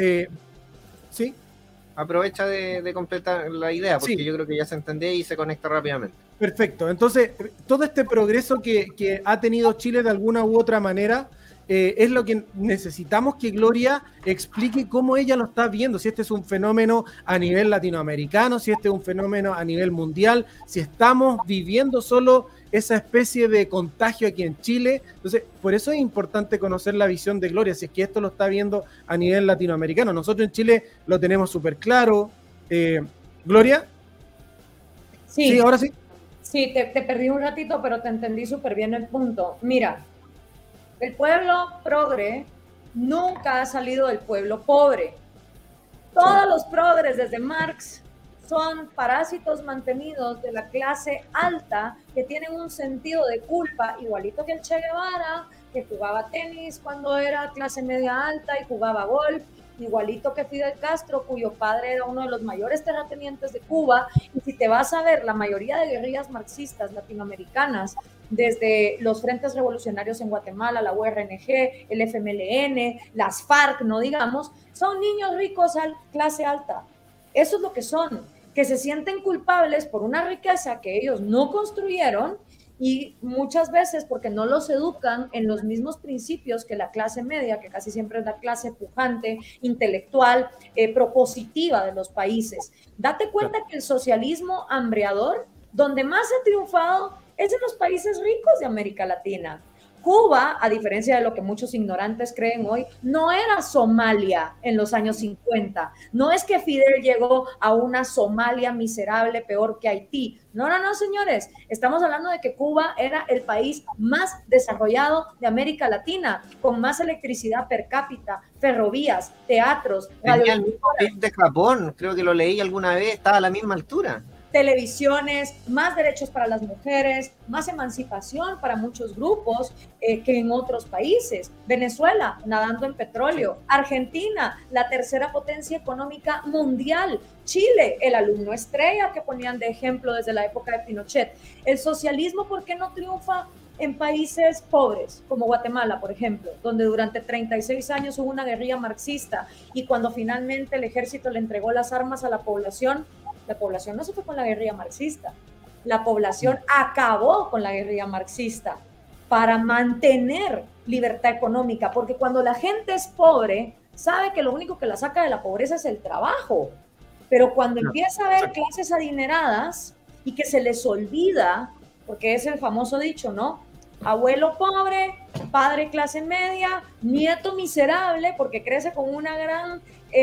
Speaker 3: ¿Sí?
Speaker 2: Aprovecha de completar la idea, porque yo creo que ya se entendía y se conecta rápidamente.
Speaker 3: Perfecto. Entonces, todo este progreso que ha tenido Chile de alguna u otra manera, es lo que necesitamos que Gloria explique cómo ella lo está viendo, si este es un fenómeno a nivel latinoamericano, si este es un fenómeno a nivel mundial, si estamos viviendo solo esa especie de contagio aquí en Chile. Entonces, por eso es importante conocer la visión de Gloria, si es que esto lo está viendo a nivel latinoamericano. Nosotros en Chile lo tenemos súper claro. ¿Gloria?
Speaker 5: Sí,
Speaker 3: ahora sí.
Speaker 5: Sí, te perdí un ratito, pero te entendí súper bien el punto. Mira, el pueblo progre nunca ha salido del pueblo pobre. Todos los progres, desde Marx, son parásitos mantenidos de la clase alta que tienen un sentido de culpa, igualito que el Che Guevara, que jugaba tenis cuando era clase media alta y jugaba golf, igualito que Fidel Castro, cuyo padre era uno de los mayores terratenientes de Cuba. Y si te vas a ver, la mayoría de guerrillas marxistas latinoamericanas, desde los frentes revolucionarios en Guatemala, la URNG, el FMLN, las FARC, no digamos, son niños ricos, clase alta. Eso es lo que son, que se sienten culpables por una riqueza que ellos no construyeron, y muchas veces porque no los educan en los mismos principios que la clase media, que casi siempre es la clase pujante, intelectual, propositiva de los países. Date cuenta que el socialismo hambreador, donde más ha triunfado, es en los países ricos de América Latina. Cuba, a diferencia de lo que muchos ignorantes creen hoy, no era Somalia en los años 50. No es que Fidel llegó a una Somalia miserable, peor que Haití. No, señores. Estamos hablando de que Cuba era el país más desarrollado de América Latina, con más electricidad per cápita, ferrovías, teatros,
Speaker 2: tenía el mismo PIB de Japón, creo que lo leí alguna vez, estaba a la misma altura.
Speaker 5: Televisiones, más derechos para las mujeres, más emancipación para muchos grupos que en otros países. Venezuela, nadando en petróleo. Argentina, la tercera potencia económica mundial. Chile, el alumno estrella que ponían de ejemplo desde la época de Pinochet. El socialismo, ¿por qué no triunfa en países pobres, como Guatemala, por ejemplo, donde durante 36 años hubo una guerrilla marxista y cuando finalmente el ejército le entregó las armas a la población no se fue con la guerrilla marxista, la población acabó con la guerrilla marxista para mantener libertad económica, porque cuando la gente es pobre, sabe que lo único que la saca de la pobreza es el trabajo, pero cuando empieza a haber clases adineradas y que se les olvida, porque es el famoso dicho, ¿no? Abuelo pobre, padre clase media, nieto miserable, porque crece con una gran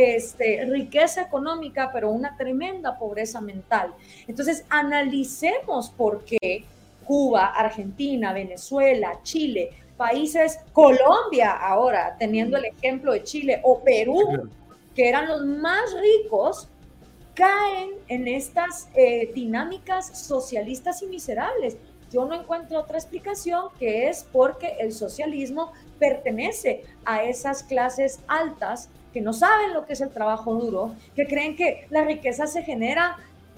Speaker 5: riqueza económica, pero una tremenda pobreza mental. Entonces, analicemos por qué Cuba, Argentina, Venezuela, Chile, países, Colombia ahora, teniendo el ejemplo de Chile, o Perú, que eran los más ricos, caen en estas dinámicas socialistas y miserables. Yo no encuentro otra explicación que es porque el socialismo pertenece a esas clases altas que no saben lo que es el trabajo duro, que creen que la riqueza se genera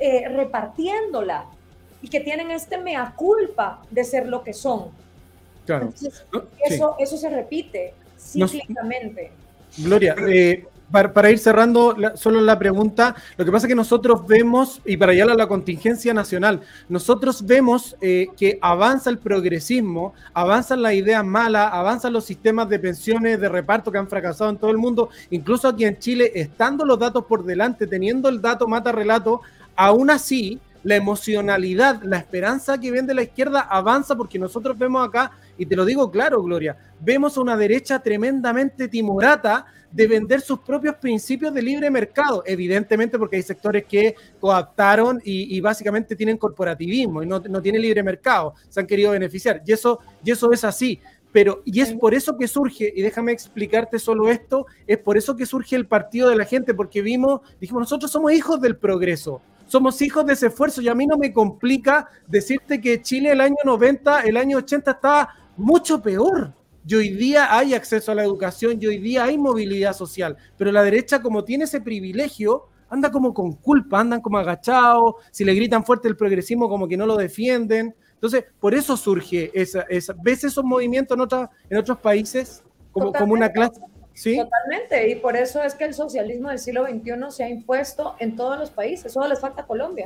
Speaker 5: repartiéndola y que tienen mea culpa de ser lo que son.
Speaker 3: Claro.
Speaker 5: Entonces, eso se repite cíclicamente.
Speaker 3: Gloria, para ir cerrando solo la pregunta, lo que pasa es que nosotros vemos, y para llegar a la contingencia nacional, nosotros vemos que avanza el progresismo, avanzan las ideas malas, avanzan los sistemas de pensiones de reparto que han fracasado en todo el mundo, incluso aquí en Chile, estando los datos por delante, teniendo el dato mata relato, aún así la emocionalidad, la esperanza que vende la izquierda avanza, porque nosotros vemos acá, y te lo digo claro, Gloria, vemos a una derecha tremendamente timorata de vender sus propios principios de libre mercado, evidentemente porque hay sectores que coaptaron y básicamente tienen corporativismo y no tienen libre mercado, se han querido beneficiar, y eso es así. Y es por eso que surge, y déjame explicarte solo esto, es por eso que surge el Partido de la Gente, porque dijimos, nosotros somos hijos del progreso, somos hijos de ese esfuerzo, y a mí no me complica decirte que Chile el año 90, el año 80 estaba mucho peor. Y hoy día hay acceso a la educación y hoy día hay movilidad social, pero la derecha, como tiene ese privilegio, anda como con culpa, andan como agachados, si le gritan fuerte el progresismo como que no lo defienden. Entonces, por eso surge ¿ves esos movimientos en otros países como una clase? ¿Sí?
Speaker 5: Totalmente, y por eso es que el socialismo del siglo XXI se ha impuesto en todos los países, solo les falta Colombia.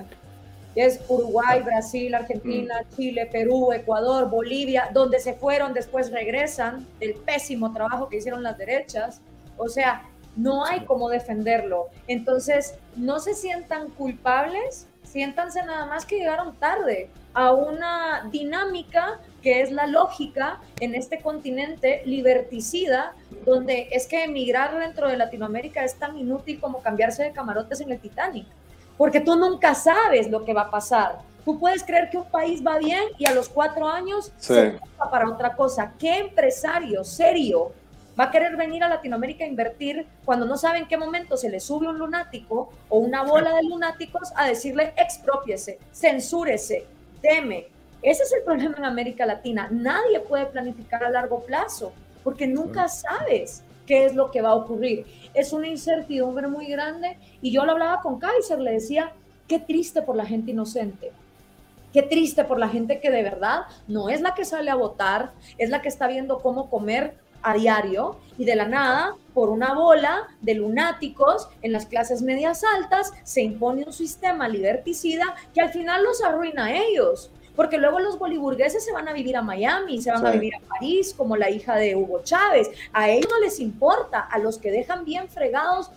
Speaker 5: Es Uruguay, Brasil, Argentina, Chile, Perú, Ecuador, Bolivia, donde se fueron, después regresan del pésimo trabajo que hicieron las derechas. O sea, no hay cómo defenderlo. Entonces, no se sientan culpables, siéntanse nada más que llegaron tarde a una dinámica que es la lógica en este continente liberticida, donde es que emigrar dentro de Latinoamérica es tan inútil como cambiarse de camarotes en el Titanic. Porque tú nunca sabes lo que va a pasar. Tú puedes creer que un país va bien y a los 4 años se pasa para otra cosa. ¿Qué empresario serio va a querer venir a Latinoamérica a invertir cuando no sabe en qué momento se le sube un lunático o una bola de lunáticos a decirle exprópiese, censúrese, deme? Ese es el problema en América Latina. Nadie puede planificar a largo plazo porque nunca sabes qué es lo que va a ocurrir. Es una incertidumbre muy grande, y yo lo hablaba con Kaiser, le decía, qué triste por la gente inocente, qué triste por la gente que de verdad no es la que sale a votar, es la que está viendo cómo comer a diario, y de la nada, por una bola de lunáticos en las clases medias altas, se impone un sistema liberticida que al final los arruina a ellos. Porque luego los boliburgueses se van a vivir a Miami, se van a vivir a París, como la hija de Hugo Chávez. A ellos no les importa, a los que dejan bien fregados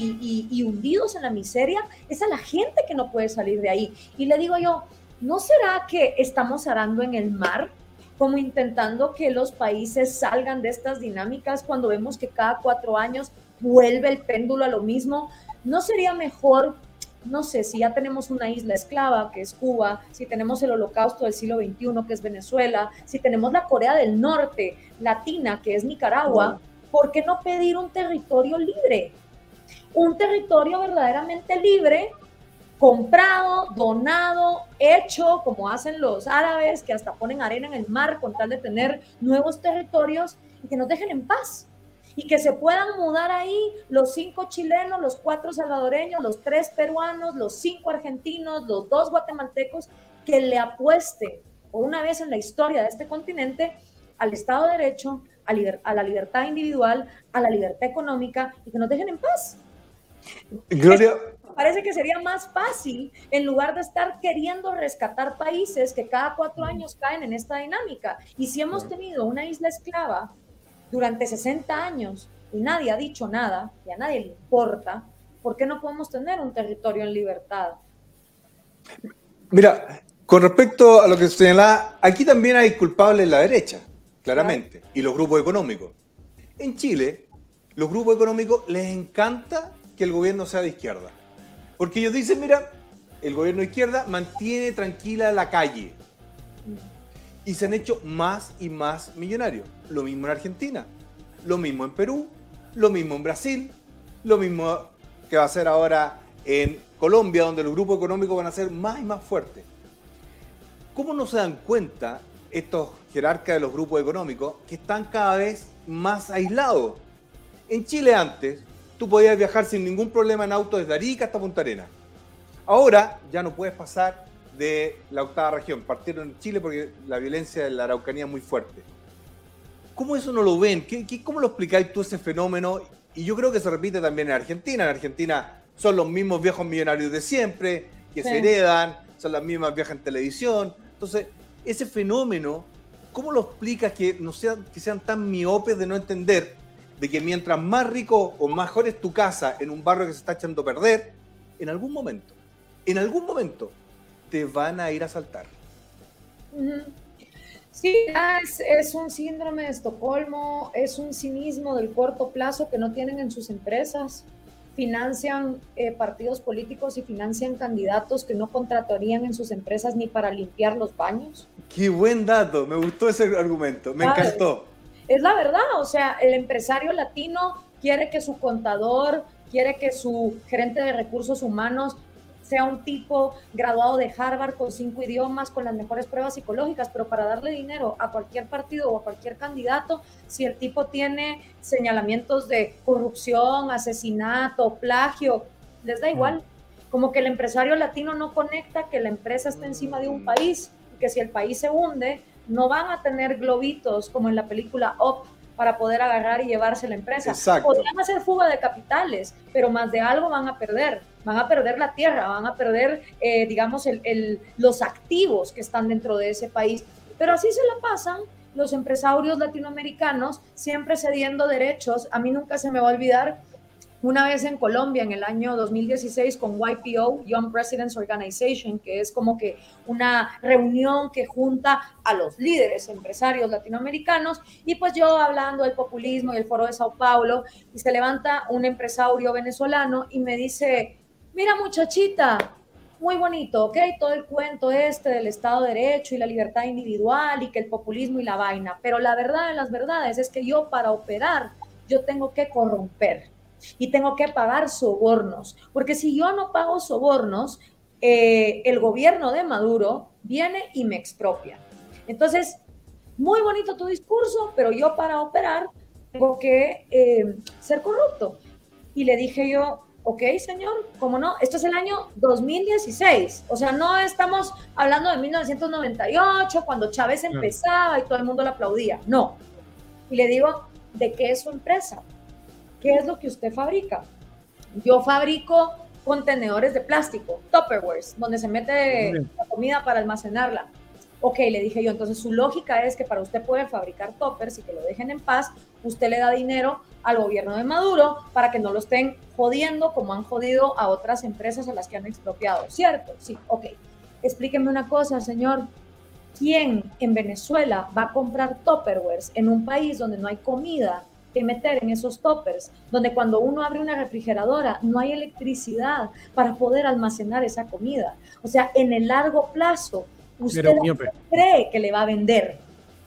Speaker 5: y hundidos en la miseria, es a la gente que no puede salir de ahí. Y le digo yo, ¿no será que estamos arando en el mar como intentando que los países salgan de estas dinámicas cuando vemos que cada 4 años vuelve el péndulo a lo mismo. ¿No sería mejor, no sé, si ya tenemos una isla esclava, que es Cuba, si tenemos el holocausto del siglo XXI, que es Venezuela, si tenemos la Corea del Norte, latina, que es Nicaragua, ¿por qué no pedir un territorio libre? Un territorio verdaderamente libre, comprado, donado, hecho, como hacen los árabes, que hasta ponen arena en el mar con tal de tener nuevos territorios, y que nos dejen en paz. Y que se puedan mudar ahí los 5 chilenos, los 4 salvadoreños, los 3 peruanos, los 5 argentinos, los 2 guatemaltecos, que le apuesten por una vez en la historia de este continente al Estado de Derecho, a la libertad individual, a la libertad económica, y que nos dejen en paz.
Speaker 4: Gloria,
Speaker 5: Parece que sería más fácil en lugar de estar queriendo rescatar países que cada 4 años caen en esta dinámica. Y si hemos tenido una isla esclava durante 60 años y nadie ha dicho nada y a nadie le importa, ¿por qué no podemos tener un territorio en libertad?
Speaker 4: mira, con respecto a lo que se señalaba, aquí también hay culpables en la derecha, claramente, y los grupos económicos. En Chile, los grupos económicos les encanta que el gobierno sea de izquierda. Porque ellos dicen, mira, el gobierno de izquierda mantiene tranquila la calle. Y se han hecho más y más millonarios. Lo mismo en Argentina, lo mismo en Perú, lo mismo en Brasil, lo mismo que va a ser ahora en Colombia, donde los grupos económicos van a ser más y más fuertes. ¿Cómo no se dan cuenta estos jerarcas de los grupos económicos que están cada vez más aislados? En Chile antes, tú podías viajar sin ningún problema en auto desde Arica hasta Punta Arenas. Ahora ya no puedes pasar de la 8ª región. Partieron en Chile porque la violencia en la Araucanía es muy fuerte. ¿Cómo eso no lo ven? ¿Cómo lo explicáis tú ese fenómeno? Y yo creo que se repite también en Argentina. En Argentina son los mismos viejos millonarios de siempre, que se heredan, son las mismas viejas en televisión. Entonces, ese fenómeno, ¿cómo lo explicas que sean tan miopes de no entender de que mientras más rico o mejor es tu casa en un barrio que se está echando a perder, en algún momento, te van a ir a asaltar?
Speaker 5: Sí, es un síndrome de Estocolmo, es un cinismo del corto plazo que no tienen en sus empresas. Financian partidos políticos y financian candidatos que no contratarían en sus empresas ni para limpiar los baños.
Speaker 4: ¡Qué buen dato! Me gustó ese argumento, me encantó.
Speaker 5: Es la verdad, o sea, el empresario latino quiere que su contador, quiere que su gerente de recursos humanos sea un tipo graduado de Harvard con 5 idiomas, con las mejores pruebas psicológicas, pero para darle dinero a cualquier partido o a cualquier candidato, si el tipo tiene señalamientos de corrupción, asesinato, plagio, les da igual. Como que el empresario latino no conecta que la empresa está encima de un país, y que si el país se hunde, no van a tener globitos como en la película Up para poder agarrar y llevarse la empresa.
Speaker 4: Exacto.
Speaker 5: Podrían hacer fuga de capitales, pero más de algo van a perder la tierra, van a perder, digamos, los activos que están dentro de ese país. Pero así se la pasan los empresarios latinoamericanos, siempre cediendo derechos. A mí nunca se me va a olvidar una vez en Colombia, en el año 2016, con YPO, Young Presidents Organization, que es como que una reunión que junta a los líderes empresarios latinoamericanos, y pues yo hablando del populismo y el foro de Sao Paulo, y se levanta un empresario venezolano y me dice, mira muchachita, muy bonito, ¿ok? Todo el cuento del Estado de Derecho y la libertad individual y que el populismo y la vaina, pero la verdad de las verdades es que yo para operar, yo tengo que corromper y tengo que pagar sobornos, porque si yo no pago sobornos, el gobierno de Maduro viene y me expropia. Entonces, muy bonito tu discurso, pero yo para operar tengo que ser corrupto. Y le dije yo, ok, señor, ¿cómo no? Esto es el año 2016, o sea, no estamos hablando de 1998, cuando Chávez empezaba y todo el mundo le aplaudía, no. Y le digo, ¿de qué es su empresa? ¿Qué es lo que usted fabrica? Yo fabrico contenedores de plástico, Tupperwares, donde se mete la comida para almacenarla. Ok, le dije yo, entonces su lógica es que para usted poder fabricar toppers y que lo dejen en paz, usted le da dinero al gobierno de Maduro para que no lo estén jodiendo como han jodido a otras empresas a las que han expropiado, ¿cierto? Sí, ok. Explíqueme una cosa, señor. ¿quién en Venezuela va a comprar Tupperwares en un país donde no hay comida que meter en esos toppers, donde cuando uno abre una refrigeradora no hay electricidad para poder almacenar esa comida? O sea, en el largo plazo, usted cree que le va a vender.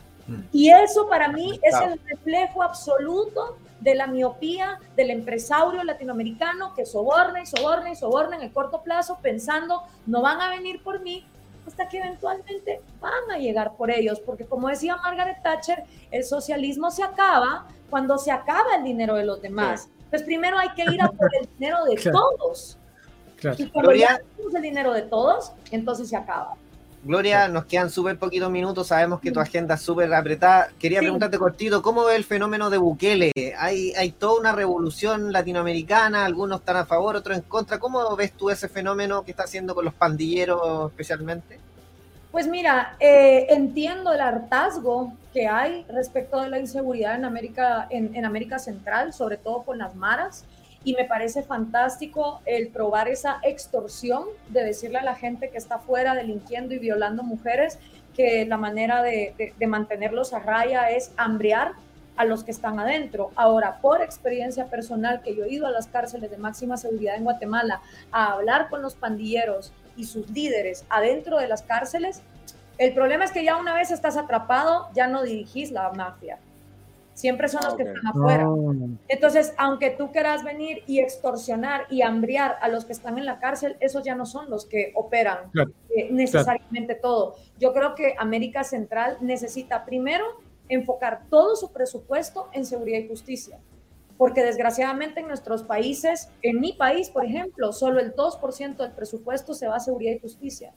Speaker 5: Y eso para mí es el reflejo absoluto de la miopía del empresario latinoamericano que soborna y soborna y soborna en el corto plazo pensando no van a venir por mí, hasta que eventualmente van a llegar por ellos, porque como decía Margaret Thatcher, el socialismo se acaba cuando se acaba el dinero de los demás. Pues primero hay que ir a por el dinero de todos. Y cuando ya tenemos el dinero de todos, entonces se acaba.
Speaker 2: Gloria, nos quedan súper poquitos minutos, sabemos que tu agenda es súper apretada. Quería preguntarte cortito, ¿cómo ves el fenómeno de Bukele? Hay toda una revolución latinoamericana, algunos están a favor, otros en contra. ¿Cómo ves tú ese fenómeno que está haciendo con los pandilleros especialmente?
Speaker 5: Pues mira, entiendo el hartazgo que hay respecto de la inseguridad en América Central, sobre todo con las maras. Y me parece fantástico el probar esa extorsión de decirle a la gente que está afuera delinquiendo y violando mujeres que la manera de mantenerlos a raya es hambrear a los que están adentro. Ahora, por experiencia personal, que yo he ido a las cárceles de máxima seguridad en Guatemala a hablar con los pandilleros y sus líderes adentro de las cárceles, el problema es que ya una vez estás atrapado, ya no dirigís la mafia. Siempre son los que están afuera. Entonces, aunque tú quieras venir y extorsionar y hambrear a los que están en la cárcel, esos ya no son los que operan necesariamente todo. Yo creo que América Central necesita primero enfocar todo su presupuesto en seguridad y justicia, porque desgraciadamente en nuestros países, en mi país, por ejemplo, solo el 2% del presupuesto se va a seguridad y justicia.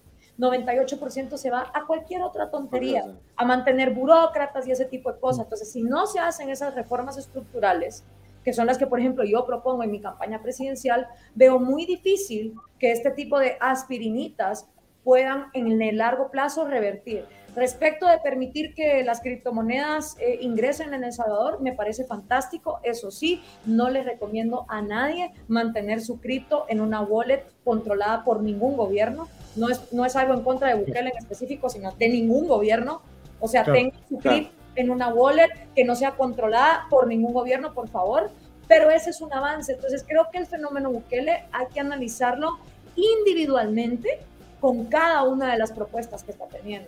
Speaker 5: 98% se va a cualquier otra tontería, a mantener burócratas y ese tipo de cosas. Entonces, si no se hacen esas reformas estructurales, que son las que, por ejemplo, yo propongo en mi campaña presidencial, veo muy difícil que este tipo de aspirinitas puedan en el largo plazo revertir. Respecto de permitir que las criptomonedas ingresen en El Salvador, me parece fantástico. Eso sí, no les recomiendo a nadie mantener su cripto en una wallet controlada por ningún gobierno. No es algo en contra de Bukele en específico, sino de ningún gobierno. O sea, tengan su cripto en una wallet que no sea controlada por ningún gobierno, por favor. Pero ese es un avance. Entonces, creo que el fenómeno Bukele hay que analizarlo individualmente con cada una de las propuestas que está teniendo.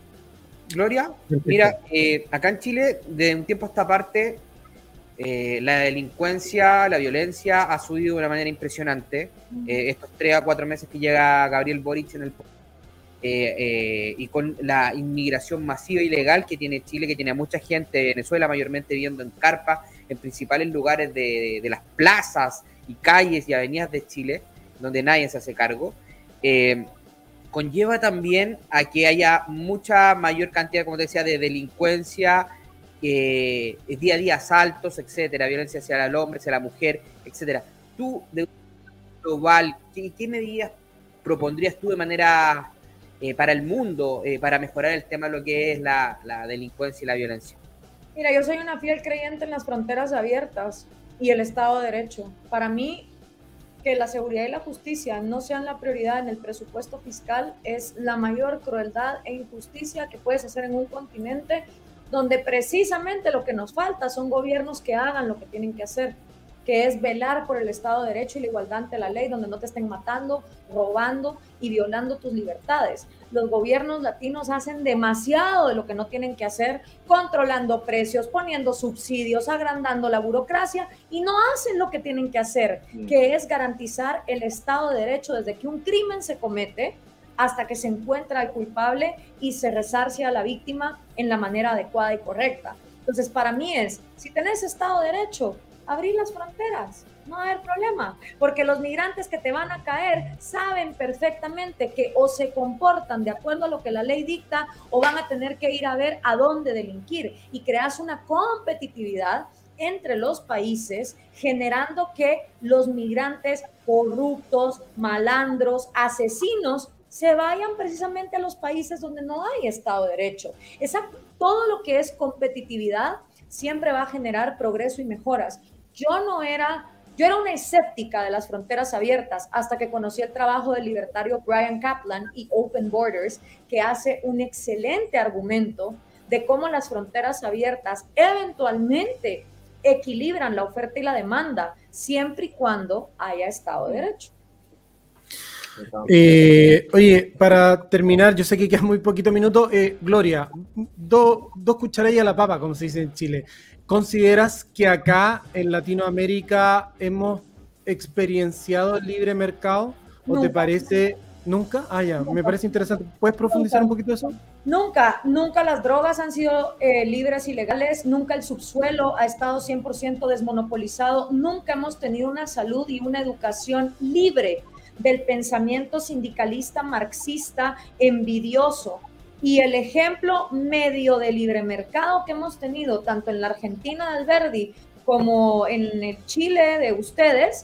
Speaker 1: Gloria, mira, acá en Chile, de un tiempo a esta parte, la delincuencia, la violencia ha subido de una manera impresionante. Estos 3 a 4 meses que llega Gabriel Boric en el y con la inmigración masiva ilegal que tiene Chile, que tiene a mucha gente de Venezuela, mayormente viviendo en carpas, en principales lugares de las plazas y calles y avenidas de Chile, donde nadie se hace cargo. Conlleva también a que haya mucha mayor cantidad, como te decía, de delincuencia, día a día asaltos, etcétera, violencia hacia el hombre, hacia la mujer, etcétera. Tú, de un global, ¿qué medidas propondrías tú de manera para el mundo, para mejorar el tema de lo que es la delincuencia y la violencia?
Speaker 5: Mira, yo soy una fiel creyente en las fronteras abiertas y el Estado de Derecho. Para mí, que la seguridad y la justicia no sean la prioridad en el presupuesto fiscal es la mayor crueldad e injusticia que puedes hacer en un continente donde precisamente lo que nos falta son gobiernos que hagan lo que tienen que hacer, que es velar por el Estado de Derecho y la igualdad ante la ley, donde no te estén matando, robando y violando tus libertades. Los gobiernos latinos hacen demasiado de lo que no tienen que hacer, controlando precios, poniendo subsidios, agrandando la burocracia, y no hacen lo que tienen que hacer, que es garantizar el Estado de Derecho desde que un crimen se comete hasta que se encuentra al culpable y se resarce a la víctima en la manera adecuada y correcta. Entonces, para mí si tenés Estado de Derecho, abrir las fronteras, no va a haber problema, porque los migrantes que te van a caer saben perfectamente que o se comportan de acuerdo a lo que la ley dicta o van a tener que ir a ver a dónde delinquir, y creas una competitividad entre los países, generando que los migrantes corruptos, malandros, asesinos se vayan precisamente a los países donde no hay Estado de Derecho. Todo lo que es competitividad siempre va a generar progreso y mejoras. Yo Yo era una escéptica de las fronteras abiertas hasta que conocí el trabajo del libertario Brian Kaplan y Open Borders, que hace un excelente argumento de cómo las fronteras abiertas eventualmente equilibran la oferta y la demanda, siempre y cuando haya Estado de Derecho.
Speaker 3: Oye, para terminar, yo sé que quedan muy poquitos minutos. Gloria, dos cucharillas a la papa, como se dice en Chile. ¿Consideras que acá en Latinoamérica hemos experienciado el libre mercado? ¿O
Speaker 5: Nunca.
Speaker 3: te parece nunca? Ah, ya,
Speaker 5: Nunca.
Speaker 3: me parece interesante. ¿Puedes profundizar un poquito eso?
Speaker 5: Nunca las drogas han sido libres y legales, nunca el subsuelo ha estado 100% desmonopolizado, nunca hemos tenido una salud y una educación libre del pensamiento sindicalista, marxista, envidioso. Y el ejemplo medio de libre mercado que hemos tenido, tanto en la Argentina de Alberdi como en el Chile de ustedes,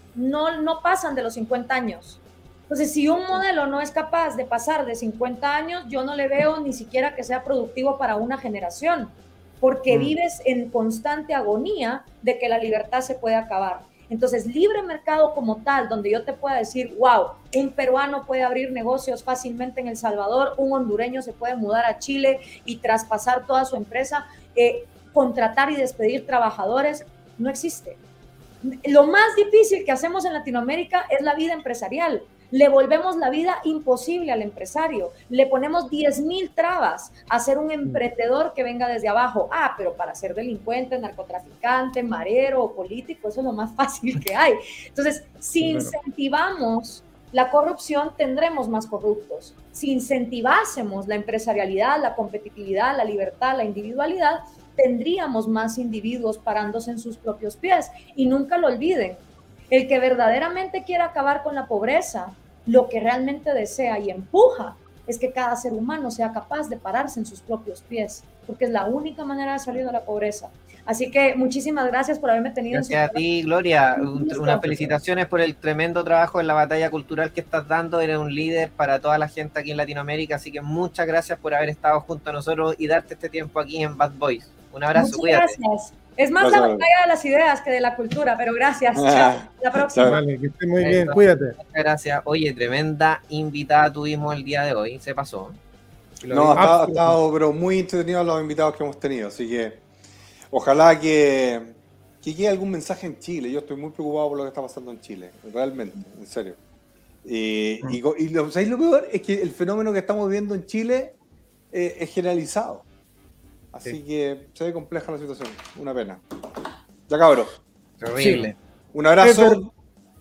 Speaker 5: no pasan de los 50 años. Entonces, si un modelo no es capaz de pasar de 50 años, yo no le veo ni siquiera que sea productivo para una generación, porque vives en constante agonía de que la libertad se puede acabar. Entonces, libre mercado como tal, donde yo te pueda decir, wow, un peruano puede abrir negocios fácilmente en El Salvador, un hondureño se puede mudar a Chile y traspasar toda su empresa, contratar y despedir trabajadores, no existe. Lo más difícil que hacemos en Latinoamérica es la vida empresarial. Le volvemos la vida imposible al empresario. Le ponemos 10,000 trabas a ser un emprendedor que venga desde abajo. Ah, pero para ser delincuente, narcotraficante, marero o político, eso es lo más fácil que hay. Entonces, si incentivamos la corrupción, tendremos más corruptos. Si incentivásemos la empresarialidad, la competitividad, la libertad, la individualidad, tendríamos más individuos parándose en sus propios pies. Y nunca lo olviden, el que verdaderamente quiera acabar con la pobreza, lo que realmente desea y empuja es que cada ser humano sea capaz de pararse en sus propios pies, porque es la única manera de salir de la pobreza. Así que muchísimas gracias por haberme tenido.
Speaker 2: Gracias a ti, Gloria. Unas felicitaciones por el tremendo trabajo en la batalla cultural que estás dando. Eres un líder para toda la gente aquí en Latinoamérica, así que muchas gracias por haber estado junto a nosotros y darte este tiempo aquí en Bad Boys. Un abrazo, cuídate.
Speaker 5: Gracias. Es más la batalla de las ideas que de la cultura, pero gracias. Chao. La próxima.
Speaker 3: Vale, que esté muy bien, cuídate.
Speaker 2: Muchas gracias. Oye, tremenda invitada tuvimos el día de hoy, se pasó.
Speaker 4: No, ha estado pero muy entretenidos los invitados que hemos tenido, así que ojalá que quede algún mensaje en Chile. Yo estoy muy preocupado por lo que está pasando en Chile, realmente, en serio. ¿Sabéis lo peor? Es que el fenómeno que estamos viendo en Chile es generalizado. Así que se ve compleja la situación. Una pena. Ya, cabros.
Speaker 2: Terrible.
Speaker 4: Un abrazo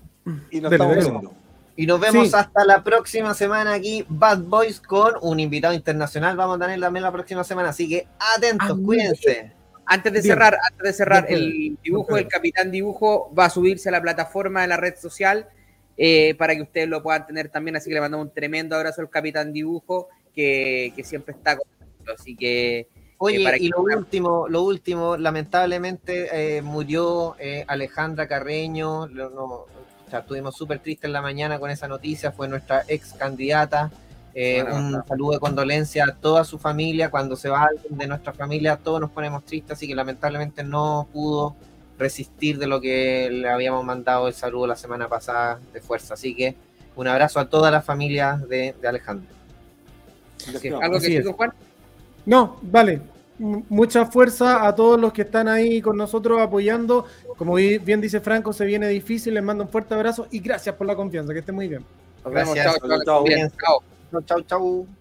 Speaker 4: y nos estamos viendo.
Speaker 2: Y nos vemos hasta la próxima semana aquí, Bad Boys, con un invitado internacional. Vamos a tener también la próxima semana, así que atentos, cuídense.
Speaker 1: Antes de cerrar, el dibujo del Capitán Dibujo va a subirse a la plataforma de la red social para que ustedes lo puedan tener también. Así que le mandamos un tremendo abrazo al Capitán Dibujo, que siempre está con nosotros. Así que.
Speaker 2: Oye, y lo último, lamentablemente murió Alejandra Carreño. Estuvimos súper tristes en la mañana con esa noticia. Fue nuestra ex candidata. Un saludo de condolencia a toda su familia. Cuando se va alguien de nuestra familia, todos nos ponemos tristes. Así que lamentablemente no pudo resistir de lo que le habíamos mandado el saludo la semana pasada de fuerza. Así que un abrazo a toda la familia de Alejandra.
Speaker 1: ¿Algo que decir, Juan?
Speaker 3: No, vale. Mucha fuerza a todos los que están ahí con nosotros apoyando. Como bien dice Franco, se viene difícil. Les mando un fuerte abrazo y gracias por la confianza. Que estén muy bien.
Speaker 2: Gracias.
Speaker 1: Chao.
Speaker 2: Chau.